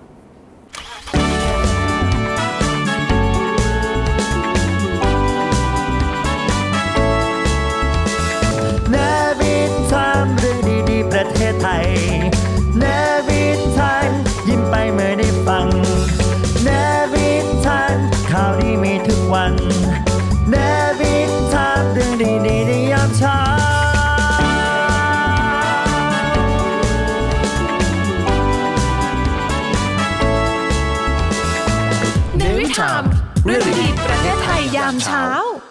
ประเทศไทยเนวิทันยิ้มไปเมื่อได้ฟังเนวิทันข่าวดีมีทุกวันเนวิทันเรื่องดีๆในยามเช้าเนวิทันเรื่องดีๆประเทศไทยยามเช้า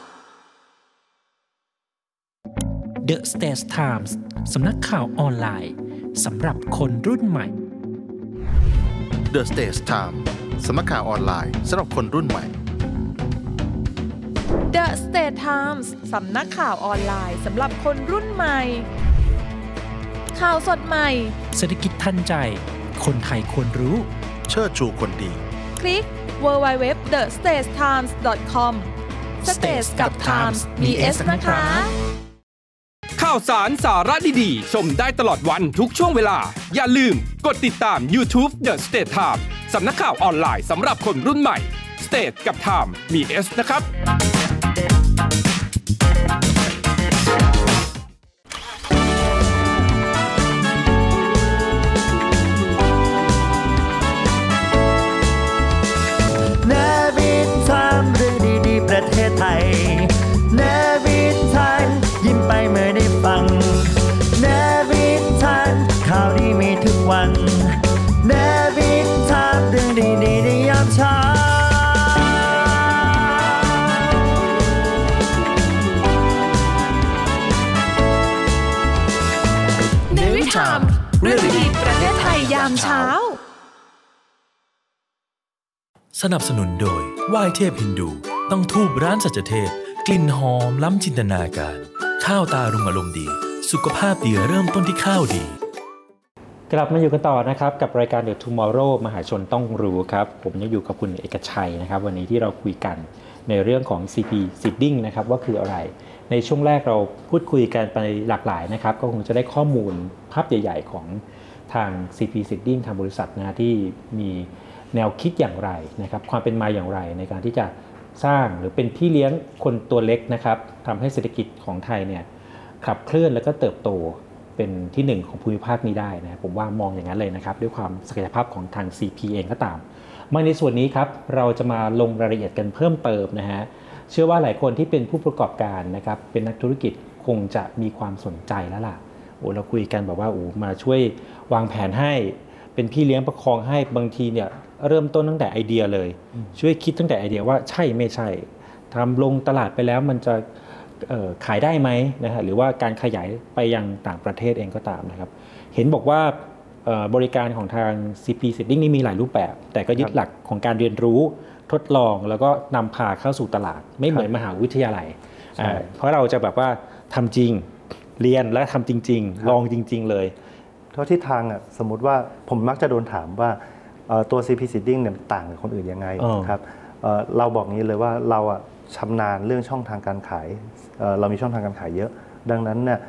The States Times สำนักข่าวออนไลน์สำหรับคนรุ่นใหม่ The States Times สำนักข่าวออนไลน์สำหรับคนรุ่นใหม่ The States Times สำนักข่าวออนไลน์สำหรับคนรุ่นใหม่ข่าวสดใหม่เศรษฐกิจทันใจคนไทยควรรู้เชิดชูคนดีคลิก www.thestatestimes.com States กับ Times มี S นะคะข่าวสารสาระดีๆชมได้ตลอดวันทุกช่วงเวลาอย่าลืมกดติดตาม YouTube The State Time สำนักข่าวออนไลน์สำหรับคนรุ่นใหม่ State กับ Time มี S นะครับเนวิทันเรื่องดีๆประเทศไทยเนวิทันยิ้มไปเมื่อได้ฟังเนวิทันข่าวดีมีทุกวันเนวิทันเรื่องดีๆในยามเช้าเนวิทันเรื่องดีๆประเทศไทยยามเช้าสนับสนุนโดยไหว้เทพฮินดูต้องธูปร้านสัจเทพกลิ่นหอมล้ำจินตนาการข้าวตารุ่งอารมณ์ดีสุขภาพดีเริ่มต้นที่ข้าวดีกลับมาอยู่กันต่อนะครับกับรายการ The Tomorrow มหาชนต้องรู้ครับผมยังอยู่กับคุณเอกชัยนะครับวันนี้ที่เราคุยกันในเรื่องของ CP Seeding นะครับว่าคืออะไรในช่วงแรกเราพูดคุยกันไปหลากหลายนะครับก็คงจะได้ข้อมูลภาพใหญ่ๆของทาง CP Seeding ทางบริษัทนะที่มีแนวคิดอย่างไรนะครับความเป็นมาอย่างไรในการที่จะสร้างหรือเป็นพี่เลี้ยงคนตัวเล็กนะครับทำให้เศรษฐกิจของไทยเนี่ยขับเคลื่อนแล้วก็เติบโตเป็นที่หนึ่งของภูมิภาคนี้ได้นะผมว่ามองอย่างนั้นเลยนะครับด้วยความศักยภาพของทาง CP เองก็ตามมาในส่วนนี้ครับเราจะมาลงรายละเอียดกันเพิ่มเติมนะฮะเชื่อว่าหลายคนที่เป็นผู้ประกอบการนะครับเป็นนักธุรกิจคงจะมีความสนใจแล้วล่ะเราคุยกันแบบว่ามาช่วยวางแผนให้เป็นพี่เลี้ยงประคองให้บางทีเนี่ยเริ่มต้นตั้งแต่ไอเดียเลยช่วยคิดตั้งแต่ไอเดียว่าใช่ไม่ใช่ทำลงตลาดไปแล้วมันจะขายได้ไหมนะฮะหรือว่าการขยายไปยังต่างประเทศเองก็ตามนะครับเห็นบอกว่าบริการของทาง CP Seeding นี่มีหลายรูปแบบแต่ก็ยึดหลักของการเรียนรู้ทดลองแล้วก็นำพาเข้าสู่ตลาดไม่เหมือนมหาวิทยาลัยเพราะเราจะแบบว่าทำจริงเรียนและทำจริงๆลองจริงๆเลยเพราะที่ทางสมมติว่าผมมักจะโดนถามว่าตัว CP Seeding เนี่ยต่างกับคนอื่นยังไงครับเราบอกงี้เลยว่าเราชำนาญเรื่องช่องทางการขายเรามีช่องทางการขายเยอะดังนั้นเนี่ย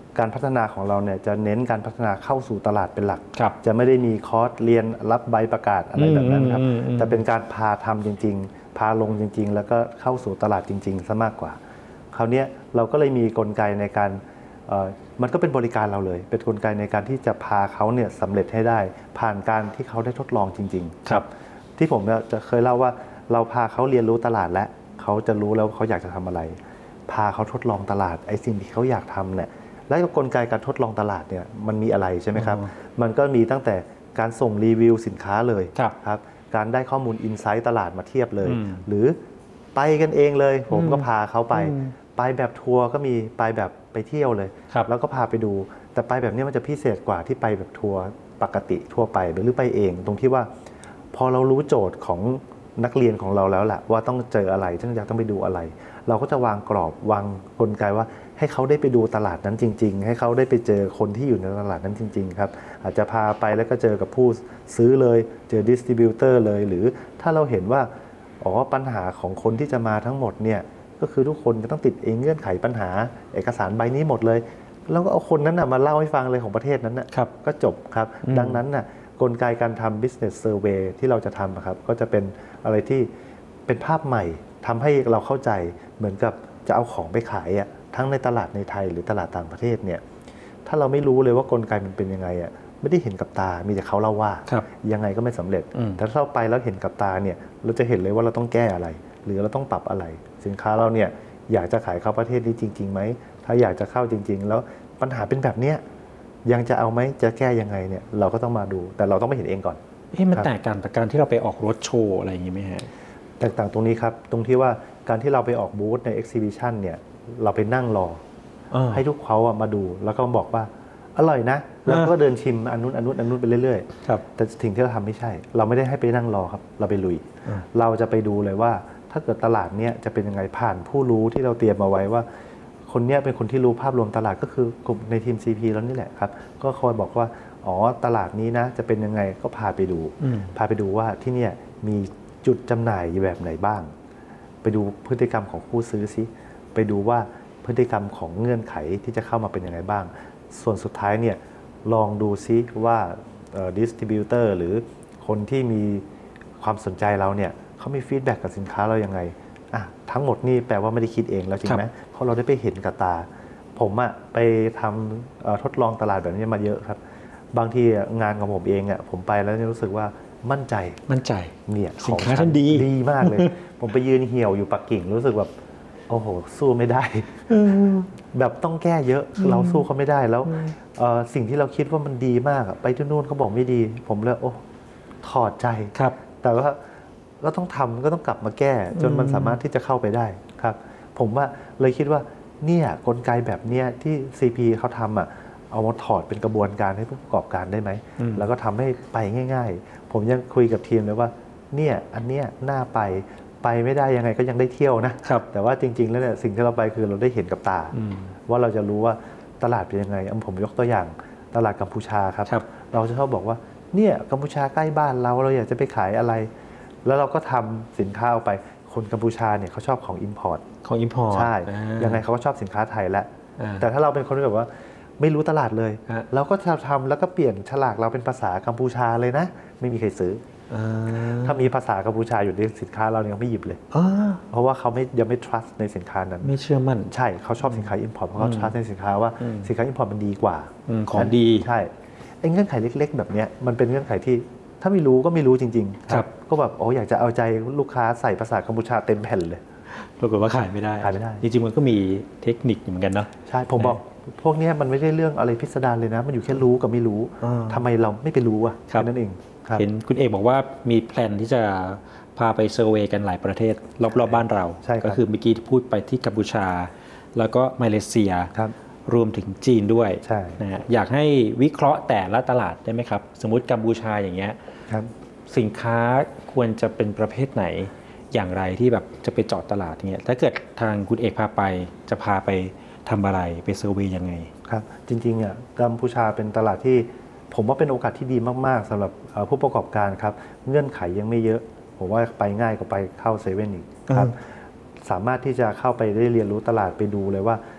การพัฒนาของเราเนี่ยจะเน้นการพัฒนาเข้าสู่ตลาดเป็นหลักจะไม่ได้มีคอร์สเรียนรับใบประกาศอะไรแบบนั้นครับแต่เป็นการพาทำจริงๆพาลงจริงๆแล้วก็เข้าสู่ตลาดจริงๆซะมากกว่าคราวนี้เราก็เลยมีกลไกในการมันก็เป็นบริการเราเลยเป็นกลไกในการที่จะพาเขาเนี่ยสำเร็จให้ได้ผ่านการที่เขาได้ทดลองจริงๆครับที่ผมจะเคยเล่าว่าเราพาเขาเรียนรู้ตลาดและเขาจะรู้แล้วเขาอยากจะทำอะไรพาเขาทดลองตลาดไอ้สิ่งที่เขาอยากทำเนี่ยและกลไกการทดลองตลาดเนี่ยมันมีอะไรใช่ไหมครับมันก็มีตั้งแต่การส่งรีวิวสินค้าเลยครับการได้ข้อมูลอินไซต์ตลาดมาเทียบเลยหรือไปกันเองเลยผมก็พาเขาไปแบบทัวร์ก็มีไปแบบไปเที่ยวเลยแล้วก็พาไปดูแต่ไปแบบนี้มันจะพิเศษกว่าที่ไปแบบทัวร์ปกติทั่วไปหรือไปเองตรงที่ว่าพอเรารู้โจทย์ของนักเรียนของเราแล้วแหละว่าต้องเจออะไรต้องไปดูอะไรเราก็จะวางกรอบวางกลไกว่าให้เขาได้ไปดูตลาดนั้นจริงๆให้เขาได้ไปเจอคนที่อยู่ในตลาดนั้นจริงๆครับอาจจะพาไปแล้วก็เจอกับผู้ซื้อเลยเจอดิสติบิวเตอร์เลยหรือถ้าเราเห็นว่าปัญหาของคนที่จะมาทั้งหมดเนี่ยก็คือทุกคนจะต้องติดเงื่อนไขปัญหาเอกสารใบนี้หมดเลยแล้วก็เอาคนนั้นมาเล่าให้ฟังเลยของประเทศนั้นก็จบครับดังนั้นกลไกการทำ business survey ที่เราจะทำครับก็จะเป็นอะไรที่เป็นภาพใหม่ทำให้เราเข้าใจเหมือนกับจะเอาของไปขายทั้งในตลาดในไทยหรือตลาดต่างประเทศเนี่ยถ้าเราไม่รู้เลยว่ากลไกมันเป็นยังไงไม่ได้เห็นกับตามีแต่เขาเล่าว่ายังไงก็ไม่สำเร็จแต่ถ้าเราไปแล้วเห็นกับตาเนี่ยเราจะเห็นเลยว่าเราต้องแก้อะไรหรือเราต้องปรับอะไรสินค้าเราเนี่ยอยากจะขายเข้าประเทศนี้จริงๆไหมถ้าอยากจะเข้าจริงๆแล้วปัญหาเป็นแบบเนี้ยยังจะเอาไหมจะแก้ยังไงเนี่ยเราก็ต้องมาดูแต่เราต้องไปเห็นเองก่อนมันแตกต่างจากการที่เราไปออกรถโชว์อะไรอย่างนี้ไหมฮะแตกต่างตรงนี้ครับตรงที่ว่าการที่เราไปออกบูธใน exhibition เนี่ยเราไปนั่งรอให้ทุกเขามาดูแล้วก็บอกว่าอร่อยนะแล้วก็เดินชิมอันนู้นไปเรื่อยๆแต่สิ่งที่เราทำไม่ใช่เราไม่ได้ให้ไปนั่งรอครับเราไปลุยเราจะไปดูเลยว่าถ้าเกิดตลาดเนี้ยจะเป็นยังไงผ่านผู้รู้ที่เราเตรียมมาไว้ว่าคนนี้เป็นคนที่รู้ภาพรวมตลาดก็คือกลุ่มในทีม CP แล้วนี่แหละครับก็คอยบอกว่าตลาดนี้นะจะเป็นยังไงก็พาไปดูว่าที่เนี่ยมีจุดจำหน่ายแบบไหนบ้างไปดูพฤติกรรมของผู้ซื้อซิไปดูว่าพฤติกรรมของเงื่อนไขที่จะเข้ามาเป็นยังไงบ้างส่วนสุดท้ายเนี่ยลองดูซิว่าดิสติบิวเตอร์หรือคนที่มีความสนใจเราเนี่ยเขามีฟีดแบ็กกับสินค้าเรายังไงทั้งหมดนี่แปลว่าไม่ได้คิดเองแล้วจริงไหมเพราะเราได้ไปเห็นกับตาผมไปทำทดลองตลาดแบบนี้มาเยอะครับบางทีงานของผมเองผมไปแล้วรู้สึกว่ามั่นใจเนี่ยสินค้าท่านดีมากเลย ผมไปยืนเหี่ยวอยู่ปักกิ่งรู้สึกแบบโอ้โหสู้ไม่ได้แบบต้องแก้เยอะเราสู้เขาไม่ได้แล้วสิ่งที่เราคิดว่ามันดีมากไปที่นู่นเขาบอกไม่ดีผมเลยโอ้ถอดใจแต่ว่าก็ต้องทำก็ต้องกลับมาแก้จนมันสามารถที่จะเข้าไปได้ครับผมว่าเลยคิดว่าเนี่ยกลไกแบบเนี้ยที่ CP เขาทำเอามาถอดเป็นกระบวนการให้ผู้ประกอบการได้ไหมแล้วก็ทำให้ไปง่ายๆผมยังคุยกับทีมเลยว่าเนี่ยอันเนี้ยน่าไปไม่ได้ยังไงก็ยังได้เที่ยวนะแต่ว่าจริงๆแล้วเนี่ยสิ่งที่เราไปคือเราได้เห็นกับตาว่าเราจะรู้ว่าตลาดเป็นยังไงผมยกตัวอย่างตลาดกัมพูชาครับเราจะชอบบอกว่าเนี่ยกัมพูชาใกล้บ้านเราอยากจะไปขายอะไรแล้วเราก็ทำสินค้าเอาไปคนกัมพูชาเนี่ยเขาชอบของ import ใช่ยังไงเขาก็ชอบสินค้าไทยแล้วแต่ถ้าเราเป็นคนที่แบบว่าไม่รู้ตลาดเลยเราก็ทำแล้วก็เปลี่ยนฉลากเราเป็นภาษากัมพูชาเลยนะไม่มีใครซื้อถ้ามีภาษากัมพูชาอยู่ในสินค้าเรายังไม่หยิบเลยเพราะว่าเขายังไม่ trust ในสินค้านั้นไม่เชื่อมั่นใช่เขาชอบสินค้า import เพราะเขา trust ในสินค้าว่าสินค้า import มันดีกว่าของดีใช่ไอ้เงื่อนไขเล็กๆแบบนี้มันเป็นเงื่อนไขที่ถ้าไม่รู้ก็ไม่รู้จริงๆครับก็แบบอยากจะเอาใจลูกค้าใส่ภาษากัมพูชาเต็มแผ่นเลยปรากฏว่าขายไม่ได้จริงๆมันก็มีเทคนิคเหมือนกันเนาะใช่ผมบอกพวกนี้มันไม่ได้เรื่องอะไรพิสดารเลยนะมันอยู่แค่รู้กับไม่รู้ทำไมเราไม่ไปรู้แค่นั้นเองเห็นคุณเอกบอกว่ามีแพลนที่จะพาไปเซอร์เวย์กันหลายประเทศรอบๆบ้านเราก็คือเมื่อกี้ที่พูดไปที่กัมพูชาแล้วก็มาเลเซียรวมถึงจีนด้วยนะฮะอยากให้วิเคราะห์แต่ละตลาดได้ไหมครับสมมุติกัมพูชาอย่างเงี้ยสินค้าควรจะเป็นประเภทไหนอย่างไรที่แบบจะไปเจาะตลาดเงี้ยถ้าเกิดทางคุณเอกพาไปจะพาไปทำอะไรไปเซอร์เวย์ยังไงครับจริงๆกัมพูชาเป็นตลาดที่ผมว่าเป็นโอกาสที่ดีมากๆสำหรับผู้ประกอบการครับเงื่อนไขยังไม่เยอะผมว่าไปง่ายกว่าไปเข้าเซเว่นอีกครับสามารถที่จะเข้าไปได้เรียนรู้ตลาดไปดูเลยว่า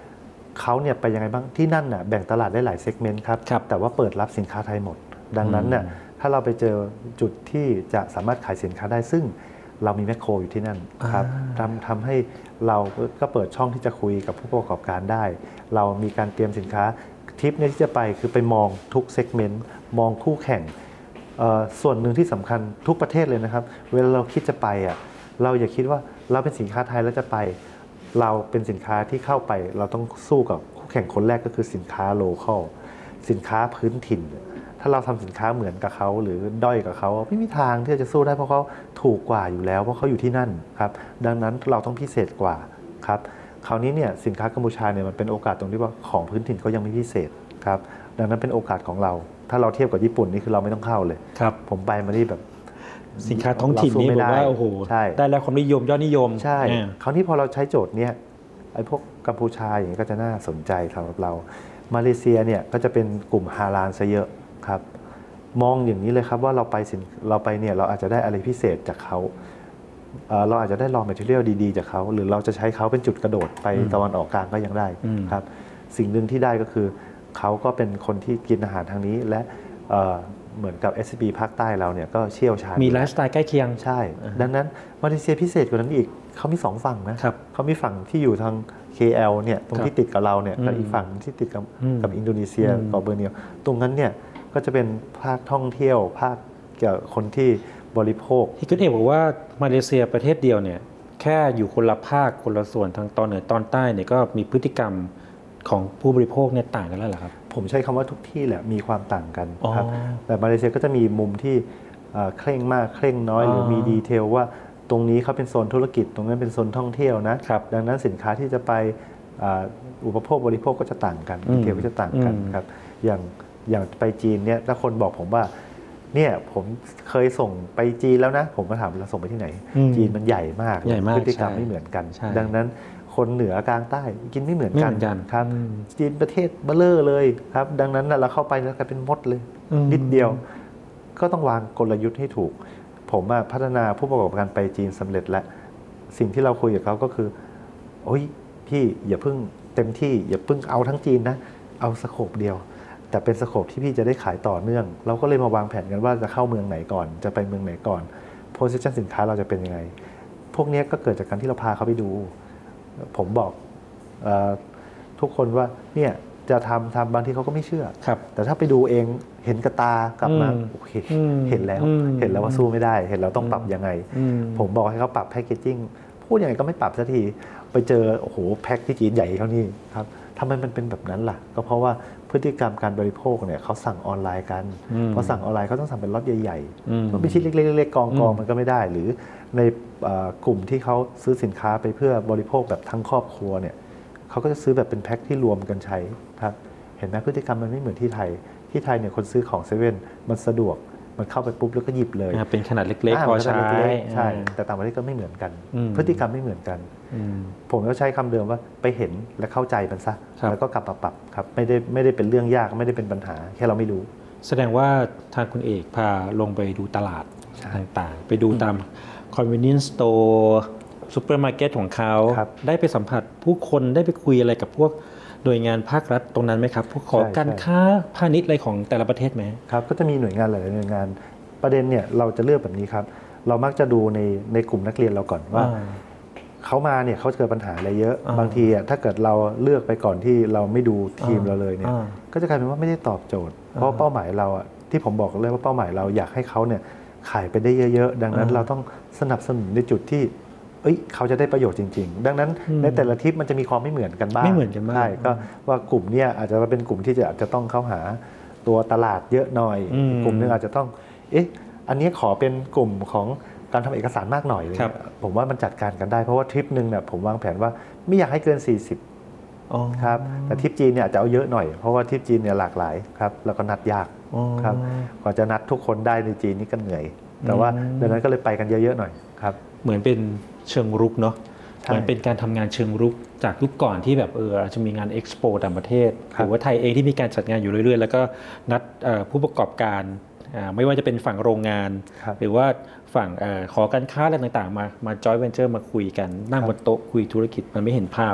เขาเนี่ยไปยังไงบ้างที่นั่นน่ะแบ่งตลาดได้หลายเซกเมนต์ครับแต่ว่าเปิดรับสินค้าไทยหมดดังนั้นเนี่ยถ้าเราไปเจอจุดที่จะสามารถขายสินค้าได้ซึ่งเรามีแมคโครอยู่ที่นั่นครับทำให้เราก็เปิดช่องที่จะคุยกับผู้ประกอบการได้เรามีการเตรียมสินค้าทริปที่จะไปคือไปมองทุกเซกเมนต์มองคู่แข่งส่วนหนึ่งที่สำคัญทุกประเทศเลยนะครับเวลาเราคิดจะไปเราอย่าคิดว่าเราเป็นสินค้าไทยแล้วจะไปเราเป็นสินค้าที่เข้าไปเราต้องสู้กับคู่แข่งคนแรกก็คือสินค้าโลคอลสินค้าพื้นถิ่นถ้าเราทำสินค้าเหมือนกับเขาหรือด้อยกับเขาไม่มีทางที่จะสู้ได้เพราะเขาถูกกว่าอยู่แล้วเพราะเขาอยู่ที่นั่นครับดังนั้นเราต้องพิเศษกว่าครับคราวนี้เนี่ยสินค้ากัมพูชาเนี่ยมันเป็นโอกาสตรงที่ว่าของพื้นถิ่นเขายังไม่พิเศษครับดังนั้นเป็นโอกาสของเราถ้าเราเทียบกับญี่ปุ่นนี่คือเราไม่ต้องเข้าเลยครับผมไปมาที่แบบสินค้าท้องถิ่นนี่ผมว่าโอ้โหได้แล้วความนิยมยอดนิยมใช่คราวนี้พอเราใช้โจทย์เนี่ยไอ้พวกกัมพูชาอย่างนี้ก็จะน่าสนใจสำหรับเรามาเลเซียเนี่ยก็จะเป็นกลุ่มฮาลาลซะเยอะครับมองอย่างนี้เลยครับว่าเราไปเนี่ยเราอาจจะได้อะไรพิเศษจากเขาเราอาจจะได้ลองแมททีเรียลดีๆจากเขาหรือเราจะใช้เขาเป็นจุดกระโดดไปตะวันออกกลางก็ยังได้ครับสิ่งหนึ่งที่ได้ก็คือเขาก็เป็นคนที่กินอาหารทางนี้และเหมือนกับ SCB ภาคใต้เราเนี่ยก็เชี่ยวชาญมีไลฟ์สไตล์ใกล้เคียงใช่ดังนั้นมาเลเซียพิเศษกว่านั้นอีกเขามี2ฝั่งนะเขามีฝั่งที่อยู่ทาง KL เนี่ยตรงที่ติดกับเราเนี่ยกับอีกฝั่งที่ติดกับอินโดนีเซียกับเบอร์เนียวตรงนั้นเนี่ยก็จะเป็นภาคท่องเที่ยวภาคเกี่ยวกับคนที่บริโภคที่คุณเอกบอกว่ามาเลเซียประเทศเดียวเนี่ยแค่อยู่คนละภาคคนละส่วนทางตอนเหนือตอนใต้เนี่ยก็มีพฤติกรรมของผู้บริโภคเนี่ยต่างกันแล้วเหรอครับผมใช้คำว่าทุกที่แหละมีความต่างกันครับแต่มาเลเซียก็จะมีมุมที่เคร่งมากเคร่งน้อยหรือมีดีเทลว่าตรงนี้เขาเป็นโซนธุรกิจตรงนั้นเป็นโซนท่องเที่ยวนะดังนั้นสินค้าที่จะไปอุปโภคบริโภคก็จะต่างกันดีเทลก็จะต่างกันครับอย่างไปจีนเนี่ยถ้าคนบอกผมว่าเนี่ยผมเคยส่งไปจีนแล้วนะผมก็ถามเราส่งไปที่ไหนจีนมันใหญ่มากพฤติกรรมไม่เหมือนกันดังนั้นคนเหนือกลางใต้กินไม่เหมือนกันครับจีนประเทศเบ้อเร่อเลยครับดังนั้นเราเข้าไปแล้วกลายเป็นมดเลยนิดเดียวก็ต้องวางกลยุทธ์ให้ถูกผมพัฒนาผู้ประกอบการไปจีนสำเร็จแล้วสิ่งที่เราคุยกับเขาก็คือโอ้ยพี่อย่าเพิ่งเต็มที่อย่าเพิ่งเอาทั้งจีนนะเอาสโคปเดียวแต่เป็นสโคปที่พี่จะได้ขายต่อเนื่องเราก็เลยมาวางแผนกันว่าจะเข้าเมืองไหนก่อนจะไปเมืองไหนก่อนโพสิชันสินค้าเราจะเป็นยังไงพวกนี้ก็เกิดจากการที่เราพาเขาไปดูผมบอกทุกคนว่าเนี่ยจะทำบางทีเขาก็ไม่เชื่อแต่ถ้าไปดูเองเห็นกระตากลับมาโอเคเห็นแล้วว่าสู้ไม่ได้เห็นแล้วต้องปรับยังไงผมบอกให้เขาปรับแพคเกจจิ้งพูดยังไงก็ไม่ปรับสักทีไปเจอโอ้โหแพ็คที่จีนใหญ่เขานี่ครับทำไมมันเป็นแบบนั้นล่ะก็เพราะว่าพฤติกรรมการบริโภคเนี่ยเขาสั่งออนไลน์กันพอสั่งออนไลน์เขาต้องสั่งเป็นล็อตใหญ่ๆมันเป็นชิ้นเล็กๆกองมันก็ไม่ได้หรือในกลุ่มที่เขาซื้อสินค้าไปเพื่อบริโภคแบบทั้งครอบครัวเนี่ยเขาก็จะซื้อแบบเป็นแพ็คที่รวมกันใช้ครับเห็นไหมพฤติกรรมมันไม่เหมือนที่ไทยเนี่ยคนซื้อของเซเว่นมันสะดวกมันเข้าไปปุ๊บแล้วก็หยิบเลยเป็นขนาดเล็กๆพอใช้ใช่แต่ต่างประเทศก็ไม่เหมือนกันพฤติกรรมไม่เหมือนกันผมก็ใช้คำเดิมว่าไปเห็นและเข้าใจมันซะแล้วก็กลับมาปรับครับไม่ได้เป็นเรื่องยากไม่ได้เป็นปัญหาแค่เราไม่รู้แสดงว่าทางคุณเอกพาลงไปดูตลาดต่างๆไปดูตามconvenience store ซุปเปอร์มาร์เก็ตของเขาได้ไปสัมผัสผู้คนได้ไปคุยอะไรกับพวกหน่วยงานภาครัฐตรงนั้นไหมครับพวกขอการค้าพาณิชย์อะไรของแต่ละประเทศไหมครับก็จะมีหน่วยงานหลายหน่วยงานประเด็นเนี่ยเราจะเลือกแบบนี้ครับเรามักจะดูในกลุ่มนักเรียนเราก่อนว่าเขามาเนี่ยเขาเกิดปัญหาอะไรเยอะบางทีถ้าเกิดเราเลือกไปก่อนที่เราไม่ดูทีมเราเลยเนี่ยก็จะกลายเป็นว่าไม่ได้ตอบโจทย์เพราะเป้าหมายเราที่ผมบอกเลยว่าเป้าหมายเราอยากให้เขาเนี่ยขายไปได้เยอะๆดังนั้นเราต้องสนับสนุนในจุดที่เขาจะได้ประโยชน์จริงๆดังนั้นในแต่ละทริปมันจะมีความไม่เหมือนกันบ้างไม่เหมือนกันบ้างใช่ก็ว่ากลุ่มนี้อาจจะเป็นกลุ่มที่อาจจะต้องเข้าหาตัวตลาดเยอะหน่อยกลุ่มนึงอาจจะต้องอันนี้ขอเป็นกลุ่มของการทำเอกสารมากหน่อยเลยผมว่ามันจัดการกันได้เพราะว่าทริปนึงเนี่ยผมวางแผนว่าไม่อยากให้เกิน40ครับแต่ทริปจีนเนี่ยจะเอาเยอะหน่อยเพราะว่าทริปจีนเนี่ยหลากหลายครับแล้วก็นัดยากครับกว่าจะนัดทุกคนได้ในจีนนี่ก็เหนื่อยแต่ว่าดังนั้นก็เลยไปกันเยอะๆหน่อยครับเหมือนเป็นเชิงรุกเนาะเหมือนเป็นการทำงานเชิงรุกจากยุคก่อนที่แบบจะมีงานเอ็กซ์โปต่างประเทศหรือว่าไทยเองที่มีการจัดงานอยู่เรื่อยๆแล้วก็นัดผู้ประกอบการไม่ว่าจะเป็นฝั่งโรงงานหรือว่าฝั่งขอการค้าอะไรต่างๆมาจอยเวนเจอร์มาคุยกันนั่งบนโต๊ะคุยธุรกิจมันไม่เห็นภาพ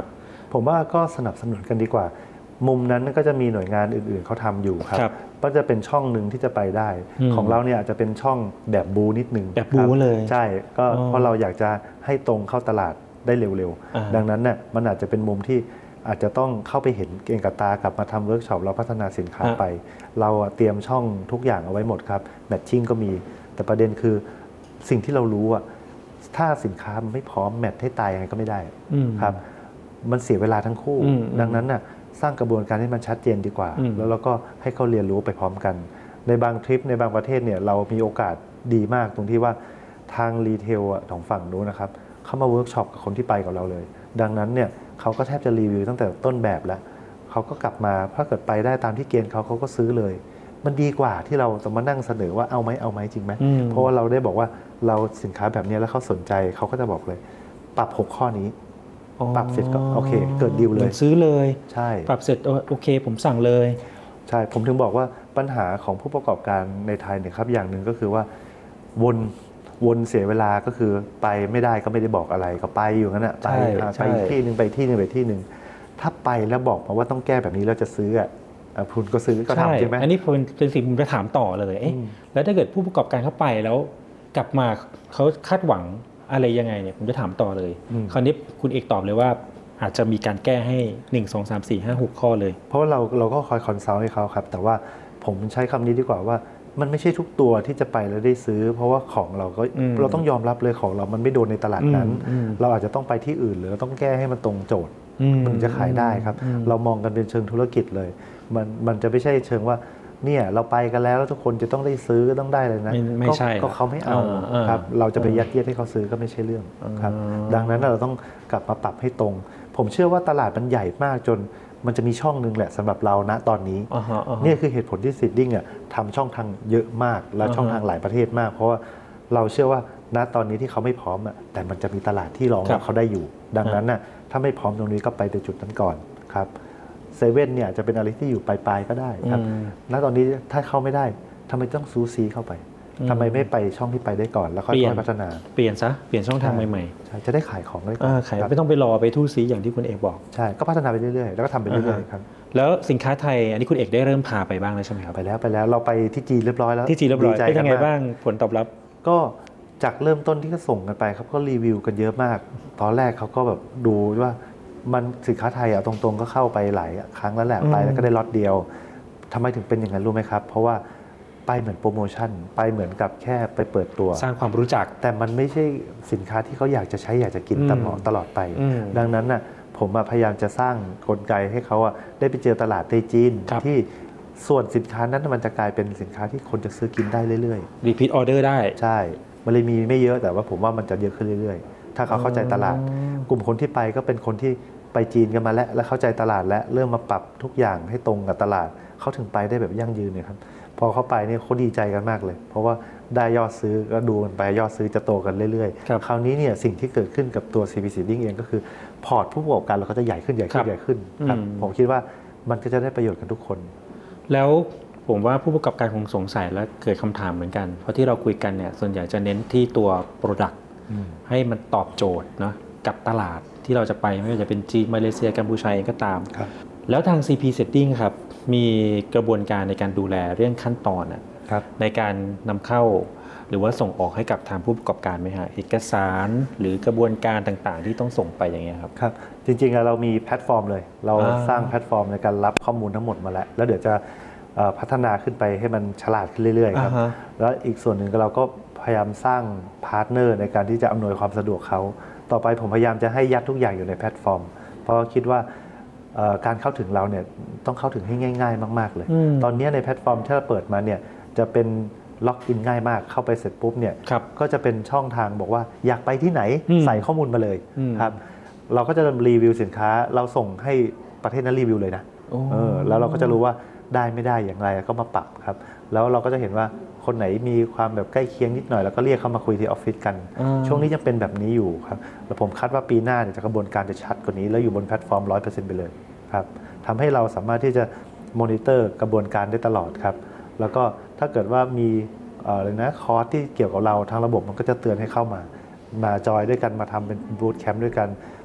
ผมว่าก็สนับสนุนกันดีกว่ามุมนั้นก็จะมีหน่วยงานอื่นๆเขาทำอยู่ครับก็จะเป็นช่องหนึ่งที่จะไปได้ของเราเนี่ยอาจจะเป็นช่องแบบบูนิดนึงแบบบูเลยใช่ก็เพราะเราอยากจะให้ตรงเข้าตลาดได้เร็วๆดังนั้นเนี่ยมันอาจจะเป็นมุมที่อาจจะต้องเข้าไปเห็นเองกับตากลับมาทำเวิร์กช็อปเราพัฒนาสินค้าไปเราเตรียมช่องทุกอย่างเอาไว้หมดครับแมทชิ่งก็มีแต่ประเด็นคือสิ่งที่เรารู้อะถ้าสินค้ามันไม่พร้อมแมทให้ตายยังไงก็ไม่ได้ครับมันเสียเวลาทั้งคู่ดังนั้นน่ะสร้างกระบวนการให้มันชัดเจนดีกว่าแล้วเราก็ให้เขาเรียนรู้ไปพร้อมกันในบางทริปในบางประเทศเนี่ยเรามีโอกาสดีมากตรงที่ว่าทางรีเทลของฝั่งนู้นนะครับเข้ามาเวิร์กช็อปกับคนที่ไปกับเราเลยดังนั้นเนี่ยเขาก็แทบจะรีวิวตั้งแต่ต้นแบบแล้วเขาก็กลับมาถ้าเกิดไปได้ตามที่เกณฑ์เขาก็ซื้อเลยมันดีกว่าที่เราจะมานั่งเสนอว่าเอาไหมจริงไหมเพราะว่าเราได้บอกว่าเราสินค้าแบบนี้แล้วเขาสนใจเขาก็จะบอกเลยปรับ6ข้อนี้ปรับเสร็จก็โอเคเกิดดีลเลยซื้อเลยใช่ปรับเสร็จโอเคผมสั่งเลยใช่ผมถึงบอกว่าปัญหาของผู้ประกอบการในไทยเนี่ยครับอย่างหนึ่งก็คือว่าวนเสียเวลาก็คือไปไม่ได้ก็ไม่ได้บอกอะไรก็ไปอยู่งั้นไปที่นึงไปที่นึงถ้าไปแล้วบอกมาว่าต้องแก้แบบนี้แล้วจะซื้อคุณก็ซื้อก็ทำใช่ไหมอันนี้เป็นสิ่งผมจะถามต่อเลยแล้วถ้าเกิดผู้ประกอบการเข้าไปแล้วกลับมาเขาคาดหวังอะไรยังไงเนี่ยผมจะถามต่อเลยคราวนี้คุณเอกตอบเลยว่าอาจจะมีการแก้ให้1 2 3 4 5 6ข้อเลยเพราะว่าเราก็คอยคอนซัลท์ให้เขาครับแต่ว่าผมใช้คำนี้ดีกว่าว่ามันไม่ใช่ทุกตัวที่จะไปแล้วได้ซื้อเพราะว่าของเราต้องยอมรับเลยของเรามันไม่โดนในตลาดนั้นเราอาจจะต้องไปที่อื่นหรือเราต้องแก้ให้มันตรงโจทย์มันจะขายได้ครับเรามองกันเป็นเชิงธุรกิจเลยมันจะไม่ใช่เชิงว่าเนี่ยเราไปกันแล้วทุกคนจะต้องได้ซื้อต้องได้เลยนะไม่ใช่ก็เขาไม่เอาครับเราจะไปยัดเยียดให้เขาซื้อก็ไม่ใช่เรื่องครับดังนั้นเราต้องกลับมาปรับให้ตรงผมเชื่อว่าตลาดมันใหญ่มากจนมันจะมีช่องนึงแหละสำหรับเราณตอนนี้นี่คือเหตุผลที่ซีดดิ้งทำช่องทางเยอะมากและช่องทางหลายประเทศมากเพราะว่าเราเชื่อว่าณตอนนี้ที่เขาไม่พร้อมแต่มันจะมีตลาดที่รองรับเขาได้อยู่ดังนั้นถ้าไม่พร้อมตรงนี้ก็ไปในจุดนั้นก่อนครับเซเว่นเนี่ยจะเป็นอะไรที่อยู่ปลายๆก็ได้ครับณตอนนี้ถ้าเข้าไม่ได้ทำไมต้องซูซีเข้าไปทำไมไม่ไปช่องที่ไปได้ก่อนแล้วค่อยๆพัฒนาเปลี่ยนช่องทางใหม่ๆจะได้ขายของได้ขายไม่ต้องไปรอไปทู่ซีอย่างที่คุณเอกบอกใช่ก็พัฒนาไปเรื่อยๆแล้วก็ทำไปเรื่อยๆครับแล้วสินค้าไทยอันนี้คุณเอกได้เริ่มพาไปบ้างแล้วใช่ไหมครับไปแล้วเราไปที่จีนเรียบร้อยแล้วที่จีนเรียบร้อยเป็นยังไงบ้างผลตอบรับก็จากเริ่มต้นที่ก็ส่งกันไปครับก็รีวิวกันเยอะมากตอนแรกเขาก็แบบดูว่ามันสินค้าไทยตรงๆก็เข้าไปหลายครั้งแล้วแหละไปแล้วก็ได้ล็อตเดียวทำไมถึงเป็นอย่างนั้นรู้ไหมครับเพราะว่าไปเหมือนโปรโมชั่นไปเหมือนกับแค่ไปเปิดตัวสร้างความรู้จักแต่มันไม่ใช่สินค้าที่เขาอยากจะใช้อยากจะกินตลอดไปดังนั้นน่ะผมพยายามจะสร้างกลไกให้เขาได้ไปเจอตลาดในจีนที่ส่วนสินค้านั้นมันจะกลายเป็นสินค้าที่คนจะซื้อกินได้เรื่อยๆ repeat order ได้ใช่มันเลยมีไม่เยอะแต่ว่าผมว่ามันจะเยอะขึ้นเรื่อยๆถ้าเขาเข้าใจตลาดกลุ่มคนที่ไปก็เป็นคนที่ไปจีนกันมาแล้วเข้าใจตลาดและเริ่มมาปรับทุกอย่างให้ตรงกับตลาดเขาถึงไปได้แบบยั่งยืนเนี่ยครับพอเขาไปเนี่ยเขาดีใจกันมากเลยเพราะว่าได้ยอดซื้อก็ดูกันไปยอดซื้อจะโตกันเรื่อยๆคราวนี้เนี่ยสิ่งที่เกิดขึ้นกับตัว CP Seeding เองก็คือพอร์ตผู้ประกอบการเราก็จะใหญ่ขึ้นครับผมคิดว่ามันก็จะได้ประโยชน์กันทุกคนแล้วผมว่าผู้ประกอบการคงสงสัยและเกิดคำถามเหมือนกันเพราะที่เราคุยกันเนี่ยส่วนใหญ่จะเน้นที่ตัว Product ให้มันตอบโจทย์นะกับตลาดที่เราจะไปไม่ว่าจะเป็นจีนมาเลเซียกัมพูชาเองก็ตามแล้วทาง CP Setting ครับมีกระบวนการในการดูแลเรื่องขั้นตอนในการนำเข้าหรือว่าส่งออกให้กับทางผู้ประกอบการไหมฮะเอกสารหรือกระบวนการต่างๆที่ต้องส่งไปอย่างเงี้ยครับครับจริงๆเรามีแพลตฟอร์มเลยเราสร้างแพลตฟอร์มในการรับข้อมูลทั้งหมดมาแล้วเดี๋ยวจะพัฒนาขึ้นไปให้มันฉลาดขึ้นเรื่อยๆครับแล้วอีกส่วนหนึ่งเราก็พยายามสร้างพาร์ทเนอร์ในการที่จะอำนวยความสะดวกเขาต่อไปผมพยายามจะให้ยัดทุกอย่างอยู่ในแพลตฟอร์มเพราะคิดว่าการเข้าถึงเราเนี่ยต้องเข้าถึงให้ง่ายๆมากๆเลยตอนนี้ในแพลตฟอร์มที่เราเปิดมาเนี่ยจะเป็นล็อกอินง่ายมากเข้าไปเสร็จปุ๊บเนี่ยก็จะเป็นช่องทางบอกว่าอยากไปที่ไหนใส่ข้อมูลมาเลยครับเราก็จะรีวิวสินค้าเราส่งให้ประเทศนั้นรีวิวเลยนะแล้วเราก็จะรู้ว่าได้ไม่ได้อย่างไรก็มาปรับครับแล้วเราก็จะเห็นว่าคนไหนมีความแบบใกล้เคียงนิดหน่อยแล้วก็เรียกเข้ามาคุยที่ออฟฟิศกันช่วงนี้ยังเป็นแบบนี้อยู่ครับแล้วผมคาดว่าปีหน้าจะกระบวนการจะชัดกว่านี้แล้วอยู่บนแพลตฟอร์ม 100% ไปเลยครับทำให้เราสามารถที่จะมอนิเตอร์กระบวนการได้ตลอดครับแล้วก็ถ้าเกิดว่ามีอะไรนะคอร์สที่เกี่ยวกับเราทางระบบมันก็จะเตือนให้เข้ามาจอยด้วยกันมาทำเป็นบูตแคมป์ด้วยกัน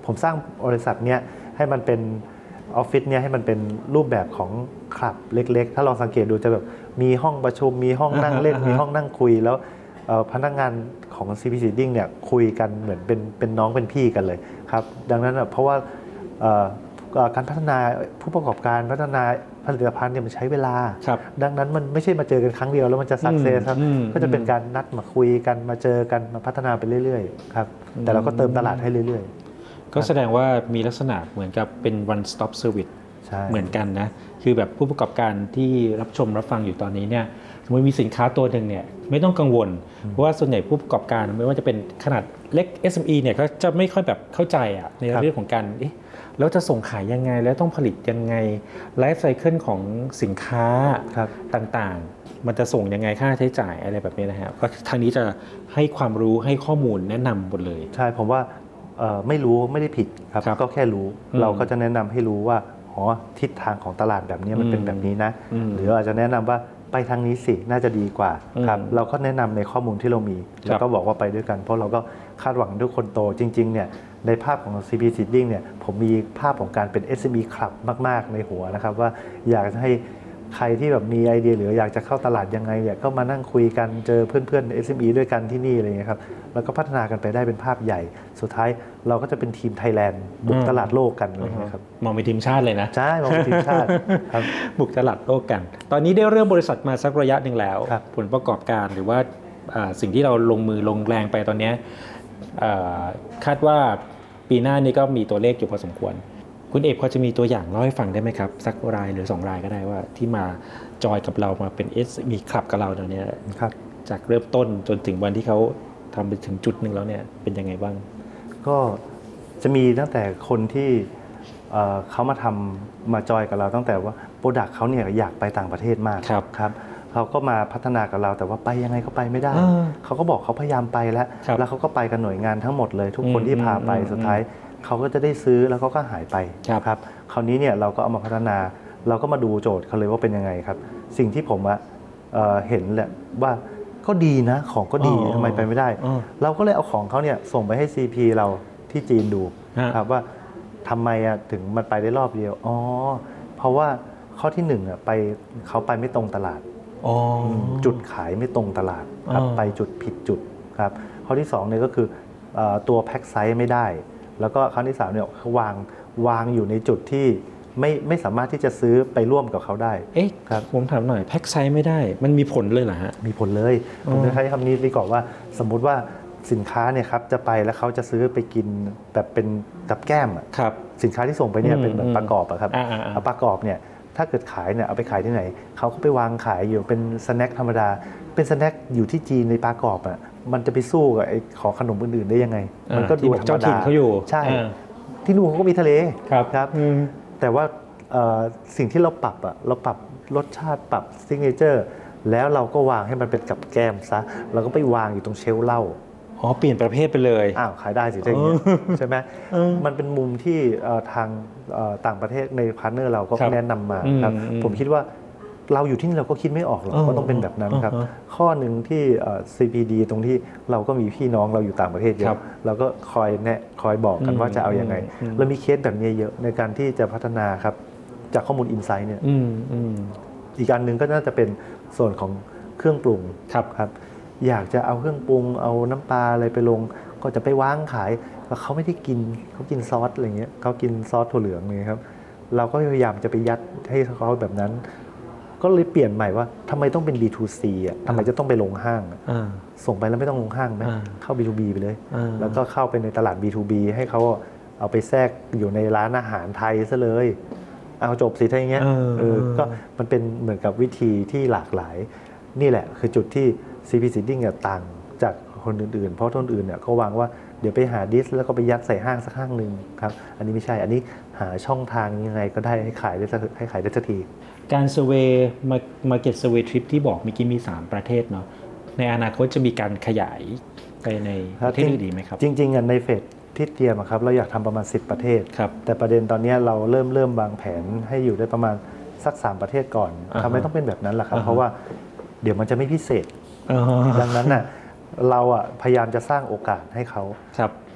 ผมสร้างบริษัทเนี้ยให้มันเป็นออฟฟิศเนี่ยให้มันเป็นรูปแบบของคลับเล็กๆถ้าลองสังเกตดูจะแบบมีห้องประชุมมีห้องนั่งเล่นมีห้องนั่งคุยแล้วพนักงานของ CP Seeding เนี่ยคุยกันเหมือนเป็นน้องเป็นพี่กันเลยครับดังนั้นเพราะว่าการพัฒนาผู้ประกอบการพัฒนาผลิตภัณฑ์เนี่ยมันใช้เวลาดังนั้นมันไม่ใช่มาเจอกันครั้งเดียวแล้วมันจะสักเซสครับก็จะเป็นการนัดมาคุยกันมาเจอกันมาพัฒนาไปเรื่อยๆครับแต่เราก็เติมตลาดให้เรื่อยๆก็แสดงว่ามีลักษณะเหมือนกับเป็น one stop service เหมือนกันนะคือแบบผู้ประกอบการที่รับชมรับฟังอยู่ตอนนี้เนี่ยสมมติมีสินค้าตัวหนึ่งเนี่ยไม่ต้องกังวลเพราะว่าส่วนใหญ่ผู้ประกอบการไม่ว่าจะเป็นขนาดเล็ก SME เนี่ยก็จะไม่ค่อยแบบเข้าใจอ่ะในเรื่องของการแล้วจะส่งขายยังไงแล้วต้องผลิตยังไงไลฟ์ไซเคิลของสินค้าต่างๆมันจะส่งยังไงค่าใช้จ่ายอะไรแบบนี้นะฮะก็ทางนี้จะให้ความรู้ให้ข้อมูลแนะนำหมดเลยใช่ผมว่าไม่รู้ไม่ได้ผิดครับก็แค่รู้เราก็จะแนะนำให้รู้ว่าทิศทางของตลาดแบบนี้มันเป็นแบบนี้นะหรืออาจจะแนะนำว่าไปทางนี้สิน่าจะดีกว่าครับเราก็แนะนำในข้อมูลที่เรามีแล้วก็บอกว่าไปด้วยกันเพราะเราก็คาดหวังทุกคนโตจริงๆเนี่ยในภาพของ CP Seeding เนี่ยผมมีภาพของการเป็น SME Club มากๆในหัวนะครับว่าอยากให้ใครที่แบบมีไอเดียหรืออยากจะเข้าตลาดยังไงเนี่ยก็มานั่งคุยกันเจอเพื่อนๆ SME ด้วยกันที่นี่อะไรเงี้ยครับแล้วก็พัฒนากันไปได้เป็นภาพใหญ่สุดท้ายเราก็จะเป็นทีมไทยแลนด์บุกตลาดโลกกันเลยครับมองเป็นทีมชาติเลยนะใช่มองเป็นทีมชาติครับบุกตลาดโลกกันตอนนี้ได้เริ่มบริษัทมาสักระยะหนึ่งแล้วผลประกอบการหรือว่าสิ่งที่เราลงมือลงแรงไปตอนนี้คาดว่าปีหน้านี้ก็มีตัวเลขอยู่พอสมควรคุณเอกพอจะมีตัวอย่างเล่าให้ฟังได้ไหมครับสักรายหรือ2รายก็ได้ว่าที่มาจอยกับเรามาเป็น SME คลับกับเราเนี่ยจากเริ่มต้นจนถึงวันที่เขาทำไปถึงจุดหนึ่งแล้วเนี่ยเป็นยังไงบ้างก็จะมีตั้งแต่คนที่เขามาจอยกับเราตั้งแต่ว่าโปรดักต์เขาเนี่ยอยากไปต่างประเทศมากครับเขาก็มาพัฒนากับเราแต่ว่าไปยังไงก็ไปไม่ได้เขาก็บอกเขาพยายามไปแล้วเขาก็ไปกับหน่วยงานทั้งหมดเลยทุกคนที่พาไปสุดท้ายเขาก็จะได้ซื้อแล้วเขาก็หายไปครับคราวนี้เนี่ยเราก็เอามาพัฒนาเราก็มาดูโจทย์เขาเลยว่าเป็นยังไงครับสิ่งที่ผมเห็นแหละว่าก็ดีนะของก็ดีทำไมไปไม่ได้เราก็เลยเอาของเขาเนี่ยส่งไปให้ CP เราที่จีนดูครับว่าทำไมถึงมันไปได้รอบเดียวเพราะว่าข้อที่เขาไปไม่ตรงตลาดจุดขายไม่ตรงตลาดครับไปจุดผิดจุดครับข้อที่2เนี่ยก็คือตัวแพ็คไซส์ไม่ได้แล้วก็ครั้งที่3เนี่ยวางอยู่ในจุดที่ไม่สามารถที่จะซื้อไปร่วมกับเขาได้ครับผมถามหน่อยแพ็คไซส์ไม่ได้มันมีผลเลยเหรอฮะมีผลเลยผมจะใช้คำนี้ดีกว่าว่าสมมุติว่าสินค้าเนี่ยครับจะไปแล้วเขาจะซื้อไปกินแบบเป็นกับแก้มสินค้าที่ส่งไปเนี่ยเป็นแบบประกอบครับประกอบเนี่ยถ้าเกิดขายเนี่ยเอาไปขายที่ไหนเขาก็ไปวางขายอยู่เป็นสแน็คธรรมดาเป็นสแน็คอยู่ที่จีนในประกอบมันจะไปสู้กับไอ้ของขนมอื่นๆได้ยังไงมันก็ดูธรรมดาเขาอยู่ใช่ที่นู่นเขาก็มีทะเลครับแต่ว่าสิ่งที่เราปรับรสชาติปรับซิกเนเจอร์แล้วเราก็วางให้มันเป็นกับแก้มซะเราก็ไปวางอยู่ตรงเชลฟ์เหล้าเปลี่ยนประเภทไปเลยขายได้สิอย่างเงี้ยใช่ไหมมันเป็นมุมที่ทางต่างประเทศในพาร์ทเนอร์เราก็แนะนำมาครับผมคิดว่าเราอยู่ที่นี่เราก็คิดไม่ออกหรอกว่าต้องเป็นแบบนั้นครับข้อหนึ่งที่ CPD ตรงที่เราก็มีพี่น้องเราอยู่ต่างประเทศเยอะเราก็คอยบอกกันว่าจะเอายังไงเรามีเคสแบบนี้เยอะในการที่จะพัฒนาครับจากข้อมูลอินไซต์เนี่ยอีกอันหนึ่งก็น่าจะเป็นส่วนของเครื่องปรุงครับอยากจะเอาเครื่องปรุงเอาน้ำปลาอะไรไปลงก็จะไปวางขายแล้วเขาไม่ได้กินเขากินซอสอะไรเงี้ยเขากินซอสถั่วเหลืองเลยครับเราก็พยายามจะไปยัดให้เขาแบบนั้นก็เลยเปลี่ยนใหม่ว่าทำไมต้องเป็น B2C ทำไมจะต้องไปลงห้างส่งไปแล้วไม่ต้องลงห้างไหมเข้า B2B ไปเลยแล้วก็เข้าไปในตลาด B2B ให้เขาเอาไปแทรกอยู่ในร้านอาหารไทยซะเลยเอาจบสิถ้าอย่างเงี้ยก็มันเป็นเหมือนกับวิธีที่หลากหลายนี่แหละคือจุดที่ CP Seeding ต่างจากคนอื่นๆเพราะคนอื่นเนี่ยเขาวางว่าเดี๋ยวไปหาดิสแล้วก็ไปยัดใส่ห้างสักห้างหนึ่งครับอันนี้ไม่ใช่อันนี้หาช่องทางยังไงก็ได้ให้ขายได้สักทีการเซอร์เวย์มาร์เก็ตเซอร์เวย์ทริปที่บอกเมื่อกี้มี3ประเทศเนาะในอนาคตจะมีการขยายไปในประเทศอื่นดีไหมครับจริงๆในเฟสที่เตรียมครับเราอยากทำประมาณ10ประเทศแต่ประเด็นตอนนี้เราเริ่มวางแผนให้อยู่ได้ประมาณสัก3ประเทศก่อนทำไมต้องเป็นแบบนั้นล่ะครับเพราะว่าเดี๋ยวมันจะไม่พิเศษดังนั้นน่ะเราพยายามจะสร้างโอกาสให้เขา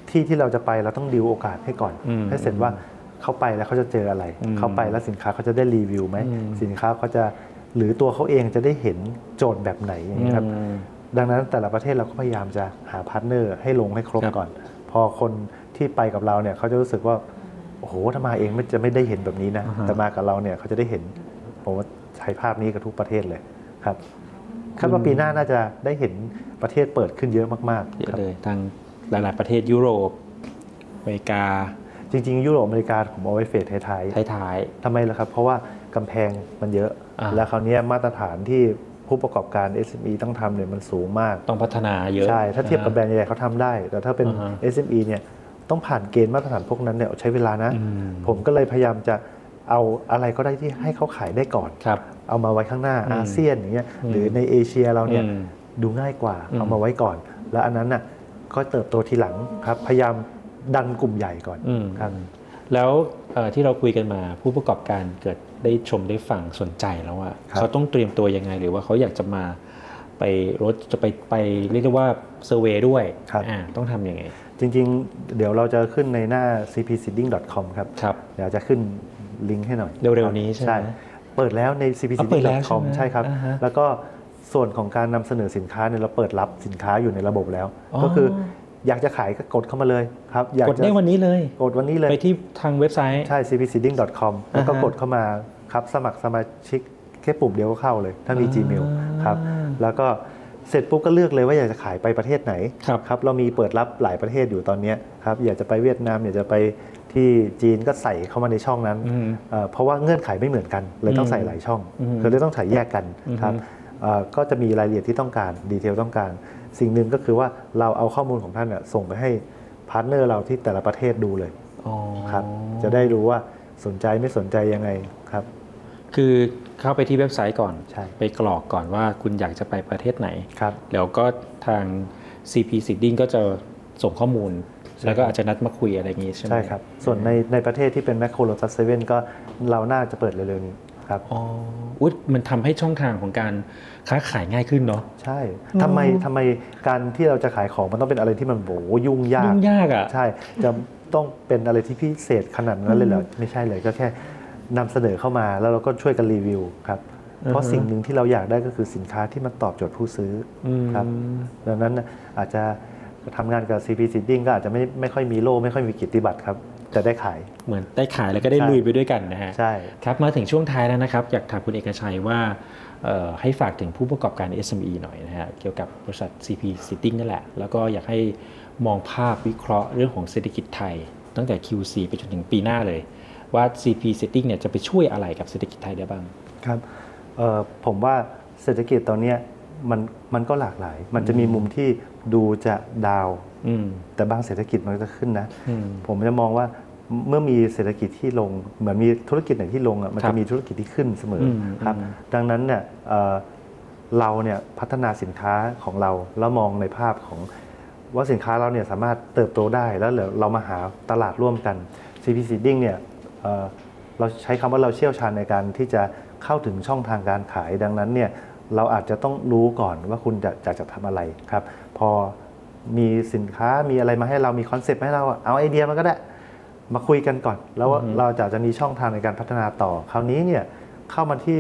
ที่เราจะไปเราต้องดีลโอกาสให้ก่อนให้เสร็จว่าเขาไปแล้วเขาจะเจออะไรเขาไปแล้วสินค้าเขาจะได้รีวิวไหมสินค้าเขาจะหรือตัวเขาเองจะได้เห็นโจทย์แบบไหนอย่างนี้ครับดังนั้นแต่ละประเทศเราก็พยายามจะหาพาร์ทเนอร์ให้ลงให้ครบก่อนพอคนที่ไปกับเราเนี่ยเขาจะรู้สึกว่าโอ้โหถ้ามาเองจะไม่ได้เห็นแบบนี้นะแต่มากับเราเนี่ยเขาจะได้เห็นผมว่าใช้ภาพนี้กับทุกประเทศเลยครับคาดว่าปีหน้าน่าจะได้เห็นประเทศเปิดขึ้นเยอะมากๆเยอะเลยทางหลายๆประเทศยุโรปอเมริกาจริงๆยุโรปอเมริกาผมเอาไว้เฟสท้ายๆทำไมล่ะครับเพราะว่ากำแพงมันเยอะแล้วคราวนี้มาตรฐานที่ผู้ประกอบการ SME ต้องทำเนี่ยมันสูงมากต้องพัฒนาเยอะใช่ถ้าเทียบกับแบรนด์ใหญ่เขาทำได้แต่ถ้าเป็น SME เนี่ยต้องผ่านเกณฑ์มาตรฐานพวกนั้นเนี่ยใช้เวลานะผมก็เลยพยายามจะเอาอะไรก็ได้ที่ให้เขาขายได้ก่อนเอามาไว้ข้างหน้าอาเซียนอย่างเงี้ยหรือในเอเชียเราเนี่ยดูง่ายกว่าเอามาไว้ก่อนแล้วอันนั้นน่ะก็เติบโตทีหลังครับพยายามดันกลุ่มใหญ่ก่อนครับแล้วที่เราคุยกันมาผู้ประกอบการเกิดได้ชมได้ฟังสนใจแล้วว่าเขาต้องเตรียมตัวยังไงหรือว่าเขาอยากจะมาไปรถจะไปเรียกได้ว่าเซอร์เวย์ด้วยต้องทำยังไงจริงๆเดี๋ยวเราจะขึ้นในหน้า cpseeding.com ครับเดี๋ยวจะขึ้นลิงก์ให้หน่อยเร็วๆนี้ใช่ไหมเปิดแล้วใน cpseeding.com ใช่ครับแล้วก็ส่วนของการนำเสนอสินค้าเนี่ยเราเปิดรับสินค้าอยู่ในระบบแล้วก็คืออยากจะขายก็กดเข้ามาเลยครับกดได้วันนี้เลยกดวันนี้เลยไปที่ทางเว็บไซต์ใช่ cpseeding.com แล้วก็กดเข้ามาครับสมัครสมาชิกแค่ปุ่มเดียวก็เข้าเลยถ้ามี Gmail ครับแล้วก็เสร็จปุ๊บก็เลือกเลยว่าอยากจะขายไปประเทศไหนครับเรามีเปิดรับหลายประเทศอยู่ตอนนี้ครับอยากจะไปเวียดนามอยากจะไปที่จีนก็ใส่เข้ามาในช่องนั้นเพราะว่าเงื่อนไขไม่เหมือนกันเลยต้องใส่หลายช่องคือเลยต้องใส่แยกกันครับก็จะมีรายละเอียดที่ต้องการดีเทลต้องการสิ่งหนึ่งก็คือว่าเราเอาข้อมูลของท่านส่งไปให้พาร์ทเนอร์เราที่แต่ละประเทศดูเลยครับจะได้รู้ว่าสนใจไม่สนใจยังไงครับคือเข้าไปที่เว็บไซต์ก่อนไปกรอกก่อนว่าคุณอยากจะไปประเทศไหนแล้วก็ทาง CP Seeding ก็จะส่งข้อมูลแล้วก็อาจจะนัดมาคุยอะไรอย่างนี้ใช่ไหมใช่ครับส่วนในประเทศที่เป็น Macro Lotus 7ก็เราน่าจะเปิดเร็วๆนี้ครับมันทำให้ช่องทางของการค้าขายง่ายขึ้นเนาะใช่ทำไมการที่เราจะขายของมันต้องเป็นอะไรที่มันยุ่งยากอ่ะใช่จะต้องเป็นอะไรที่พิเศษขนาดนั้นเลยเหรอไม่ใช่เลยก็แค่นำเสนอเข้ามาแล้วเราก็ช่วยกันรีวิวครับเพราะสิ่งหนึ่งที่เราอยากได้ก็คือสินค้าที่มันตอบโจทย์ผู้ซื้อครับดังนั้นอาจจะทำงานกับ CP Seeding ก็อาจจะไม่ค่อยมีโล่ไม่ค่อยมีกิตติบัตรครับจะได้ขายเหมือนได้ขายแล้วก็ได้ลุยไปด้วยกันนะฮะใช่ครับมาถึงช่วงท้ายแล้วนะครับอยากถามคุณเอกชัยว่าให้ฝากถึงผู้ประกอบการ SME หน่อยนะฮะเกี่ยวกับบริษัท CP Seeding นั่นแหละแล้วก็อยากให้มองภาพวิเคราะห์เรื่องของเศรษฐกิจไทยตั้งแต่ Q4 ไปจนถึงปีหน้าเลยว่า CP Seeding เนี่ยจะไปช่วยอะไรกับเศรษฐกิจไทยได้บ้างครับผมว่าเศรษฐกิจตอนนี้มันก็หลากหลายมันจะมีมุมที่ดูจะดาวแต่บางเศรษฐกิจมันจะขึ้นนะผมจะมองว่าเมื่อมีเศรษฐกิจที่ลงเหมือนมีธุรกิจไหนที่ลงมันจะมีธุรกิจที่ขึ้นเสมอครับดังนั้นเนี่ยเราเนี่ยพัฒนาสินค้าของเราแล้วมองในภาพของว่าสินค้าเราเนี่ยสามารถเติบโตได้แล้วเรามาหาตลาดร่วมกัน CP Seeding เนี่ยเราใช้คำว่าเราเชี่ยวชาญในการที่จะเข้าถึงช่องทางการขายดังนั้นเนี่ยเราอาจจะต้องรู้ก่อนว่าคุณจะทำอะไรครับพอมีสินค้ามีอะไรมาให้เรามีคอนเซ็ปต์ให้เราเอาไอเดียมันก็ได้มาคุยกันก่อนแล้วเราจะมีช่องทางในการพัฒนาต่อคราวนี้เนี่ยเข้ามาที่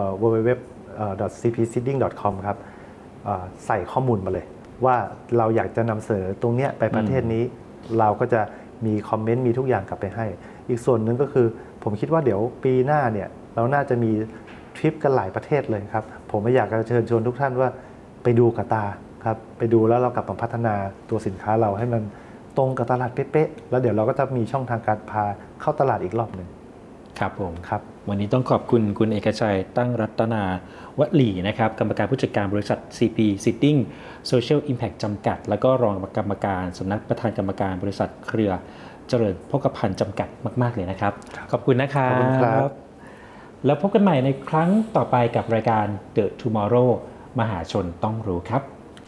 www.cpseeding.com ครับใส่ข้อมูลมาเลยว่าเราอยากจะนำเสนอตรงเนี้ยไปประเทศนี้เราก็จะมีคอมเมนต์มีทุกอย่างกลับไปให้อีกส่วนหนึ่งก็คือผมคิดว่าเดี๋ยวปีหน้าเนี่ยเราน่าจะมีทริปกันหลายประเทศเลยครับผมอยากจะเชิญชวนทุกท่านว่าไปดูกับตาครับไปดูแล้วเรากลับมาพัฒนาตัวสินค้าเราให้มันตรงกับตลาดเป๊ะๆแล้วเดี๋ยวเราก็จะมีช่องทางการพาเข้าตลาดอีกรอบหนึ่งครับผมครับวันนี้ต้องขอบคุณคุณเอกชัยตั้งรัตนาวลีนะครับกรรมการผู้จัดการบริษัท CP Seeding Social Impact จำกัดแล้วก็รองกรรมการสำนักประธานกรรมการบริษัทเครือเจริญโภคภัณฑ์จำกัดมากๆเลยนะครับขอบคุณนะครับแล้วพบกันใหม่ในครั้งต่อไปกับรายการ The Tomorrow มหาชนต้องรู้ครับ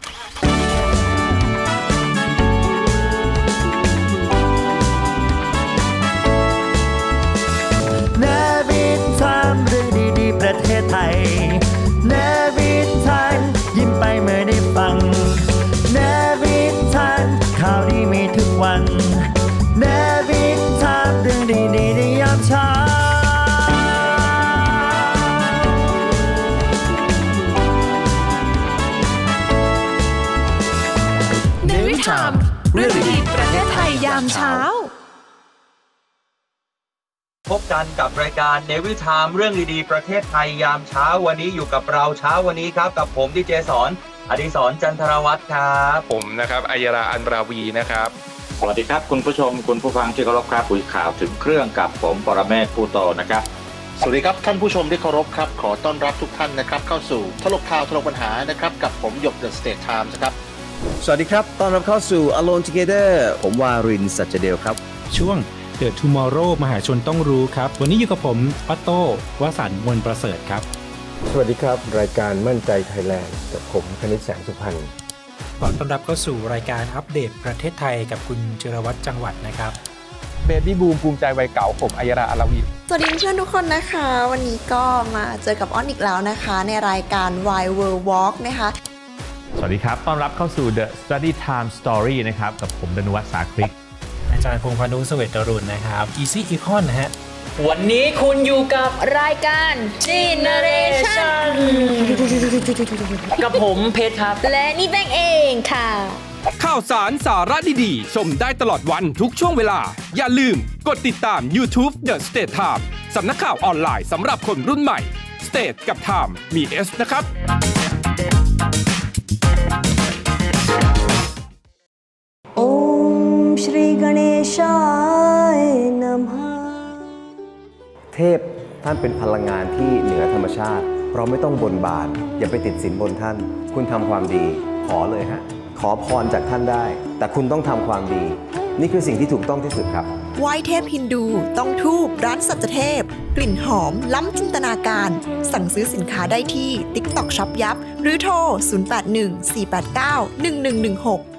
เนวิทามเรื่องดีๆประเทศไทยเนวิทามยิ้มไปเมื่อได้ฟังเนวิทามข่าวดีมีทุกวัน Time เรื่องดีๆประเทศไทยยามเช้าพบกันกับรายการ Navy Time เรื่องดีๆประเทศไทยยามเช้าวันนี้อยู่กับเราเช้าวันนี้ครับกับผมดีเจสอนอดิศรจันทรวัฒน์ครับผมนะครับอัยราอันราวีนะครับสวัสดีครับคุณผู้ชมคุณผู้ฟังที่เคารพครับคุยข่าวถึงเครื่องกับผมปรเมศผู้โตนะครับสวัสดีครับท่านผู้ชมที่เคารพครับขอต้อนรับทุกท่านนะครับเข้าสู่ถลกข่าวถลกปัญหานะครับกับผมหยก The State Times ครับสวัสดีครับต้อนรับเข้าสู่ Alone Together ผมวารินทร์ สัจเดลครับช่วง The Tomorrow มหาชนต้องรู้ครับวันนี้อยู่กับผมออโต้วสันต์มนประเสริฐครับสวัสดีครับรายการมั่นใจไทยแลนด์กับผมคณิตแสงสุพรรณขอต้อนรับเข้าสู่รายการอัปเดตประเทศไทยกับคุณจิรวัตรจังหวัดนะครับเบบี้บูมภูมิใจวัยเก่าผมอัยราอัลวีสวัสดีเพื่อนทุกคนนะคะวันนี้ก็มาเจอกับอ้อนอีกแล้วนะคะในรายการ Wide World Walk นะคะสวัสดีครับต้อนรับเข้าสู่ The Study Time Story นะครับกับผมดนุวัฒน์ สาคริกอาจารย์พงษ์พานุเสวตรุณนะครับ Easy Econ นะฮะวันนี้คุณอยู่กับรายการ Generation กับผมเพชรครับและนี่แบงเองค่ะข่าวสารสาระดีๆชมได้ตลอดวันทุกช่วงเวลาอย่าลืมกดติดตาม YouTube The State Time สำนักข่าวออนไลน์สำหรับคนรุ่นใหม่ State กับ Time มี S นะครับโอมชรีกเนชายนะมหาเทพท่านเป็นพลังงานที่เหนือธรรมชาติเราไม่ต้องบนบานอย่าไปติดสินบนท่านคุณทำความดีขอเลยฮะขอพรจากท่านได้แต่คุณต้องทำความดีนี่คือสิ่งที่ถูกต้องที่สุดครับไหว้เทพฮินดูต้องธูปร้านสัจเทพกลิ่นหอมล้ำจินตนาการสั่งซื้อสินค้าได้ที่ TikTok Shop ยับหรือโทร 0814891116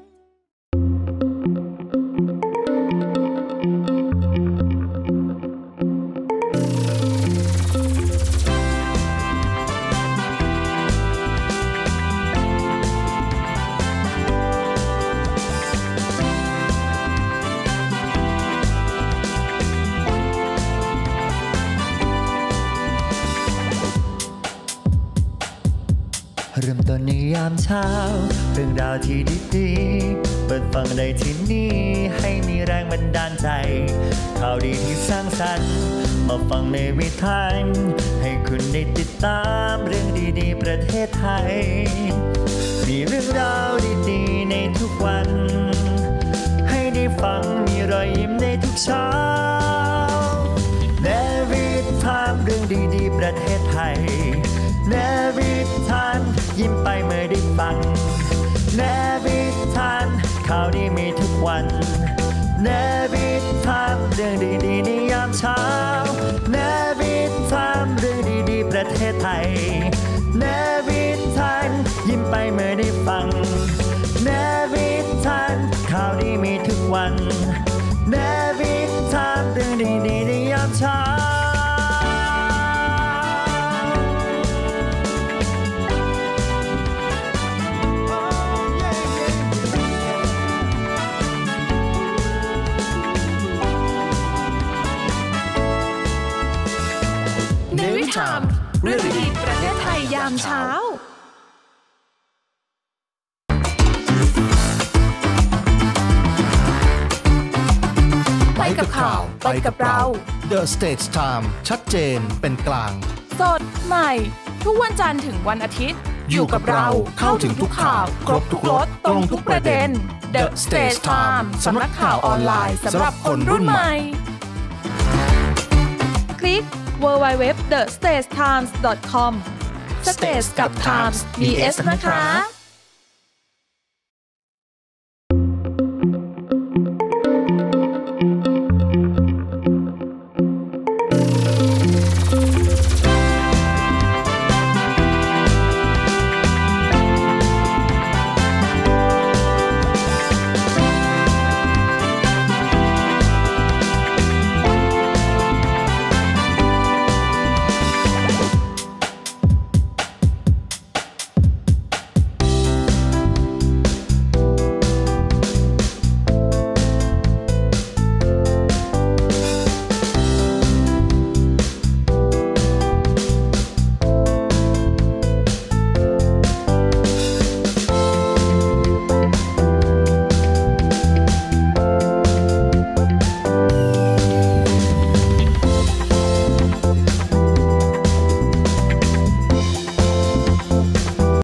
เริ่มต้นในยามเช้าเรื่องราวที่ดีๆเปิดฟังได้ที่นี่ให้มีแรงบันดาลใจข่าวดีที่สร้างสรรค์มาฟังในวิถีให้คุณได้ติดตามเรื่องดีๆประเทศไทยมีเรื่องราวดีๆในทุกวันให้ได้ฟังมีรอยยิ้มในทุกเช้าในวิถีเรื่องดีๆประเทศไทยในวิถียิ้มไปเมื่อได้ฟังในวิถีข่าวดีมีทุกวันในวิถีเรื่องดีๆในยามเช้าในวิถีเรื่องดีๆประเทศไทยในวิถียิ้มไปเมื่อได้ฟังในวิถีข่าวดีมีทุกวันในวิถีเรื่องดีๆในยามเช้าเรื่องดีๆประเทศไทยยามเช้าไปกับข่าวไปกับเรา The State Time ชัดเจนเป็นกลางสดใหม่ทุกวันจันทร์ถึงวันอาทิตย์อยู่กับเราเข้าถึงทุกข่าวครบทุกรสตรงทุกประเด็น The State Time สำนักข่าวออนไลน์สำหรับคนรุ่นใหม่คลิกwww.thestatimes.com States กับ Times มี S นะคะ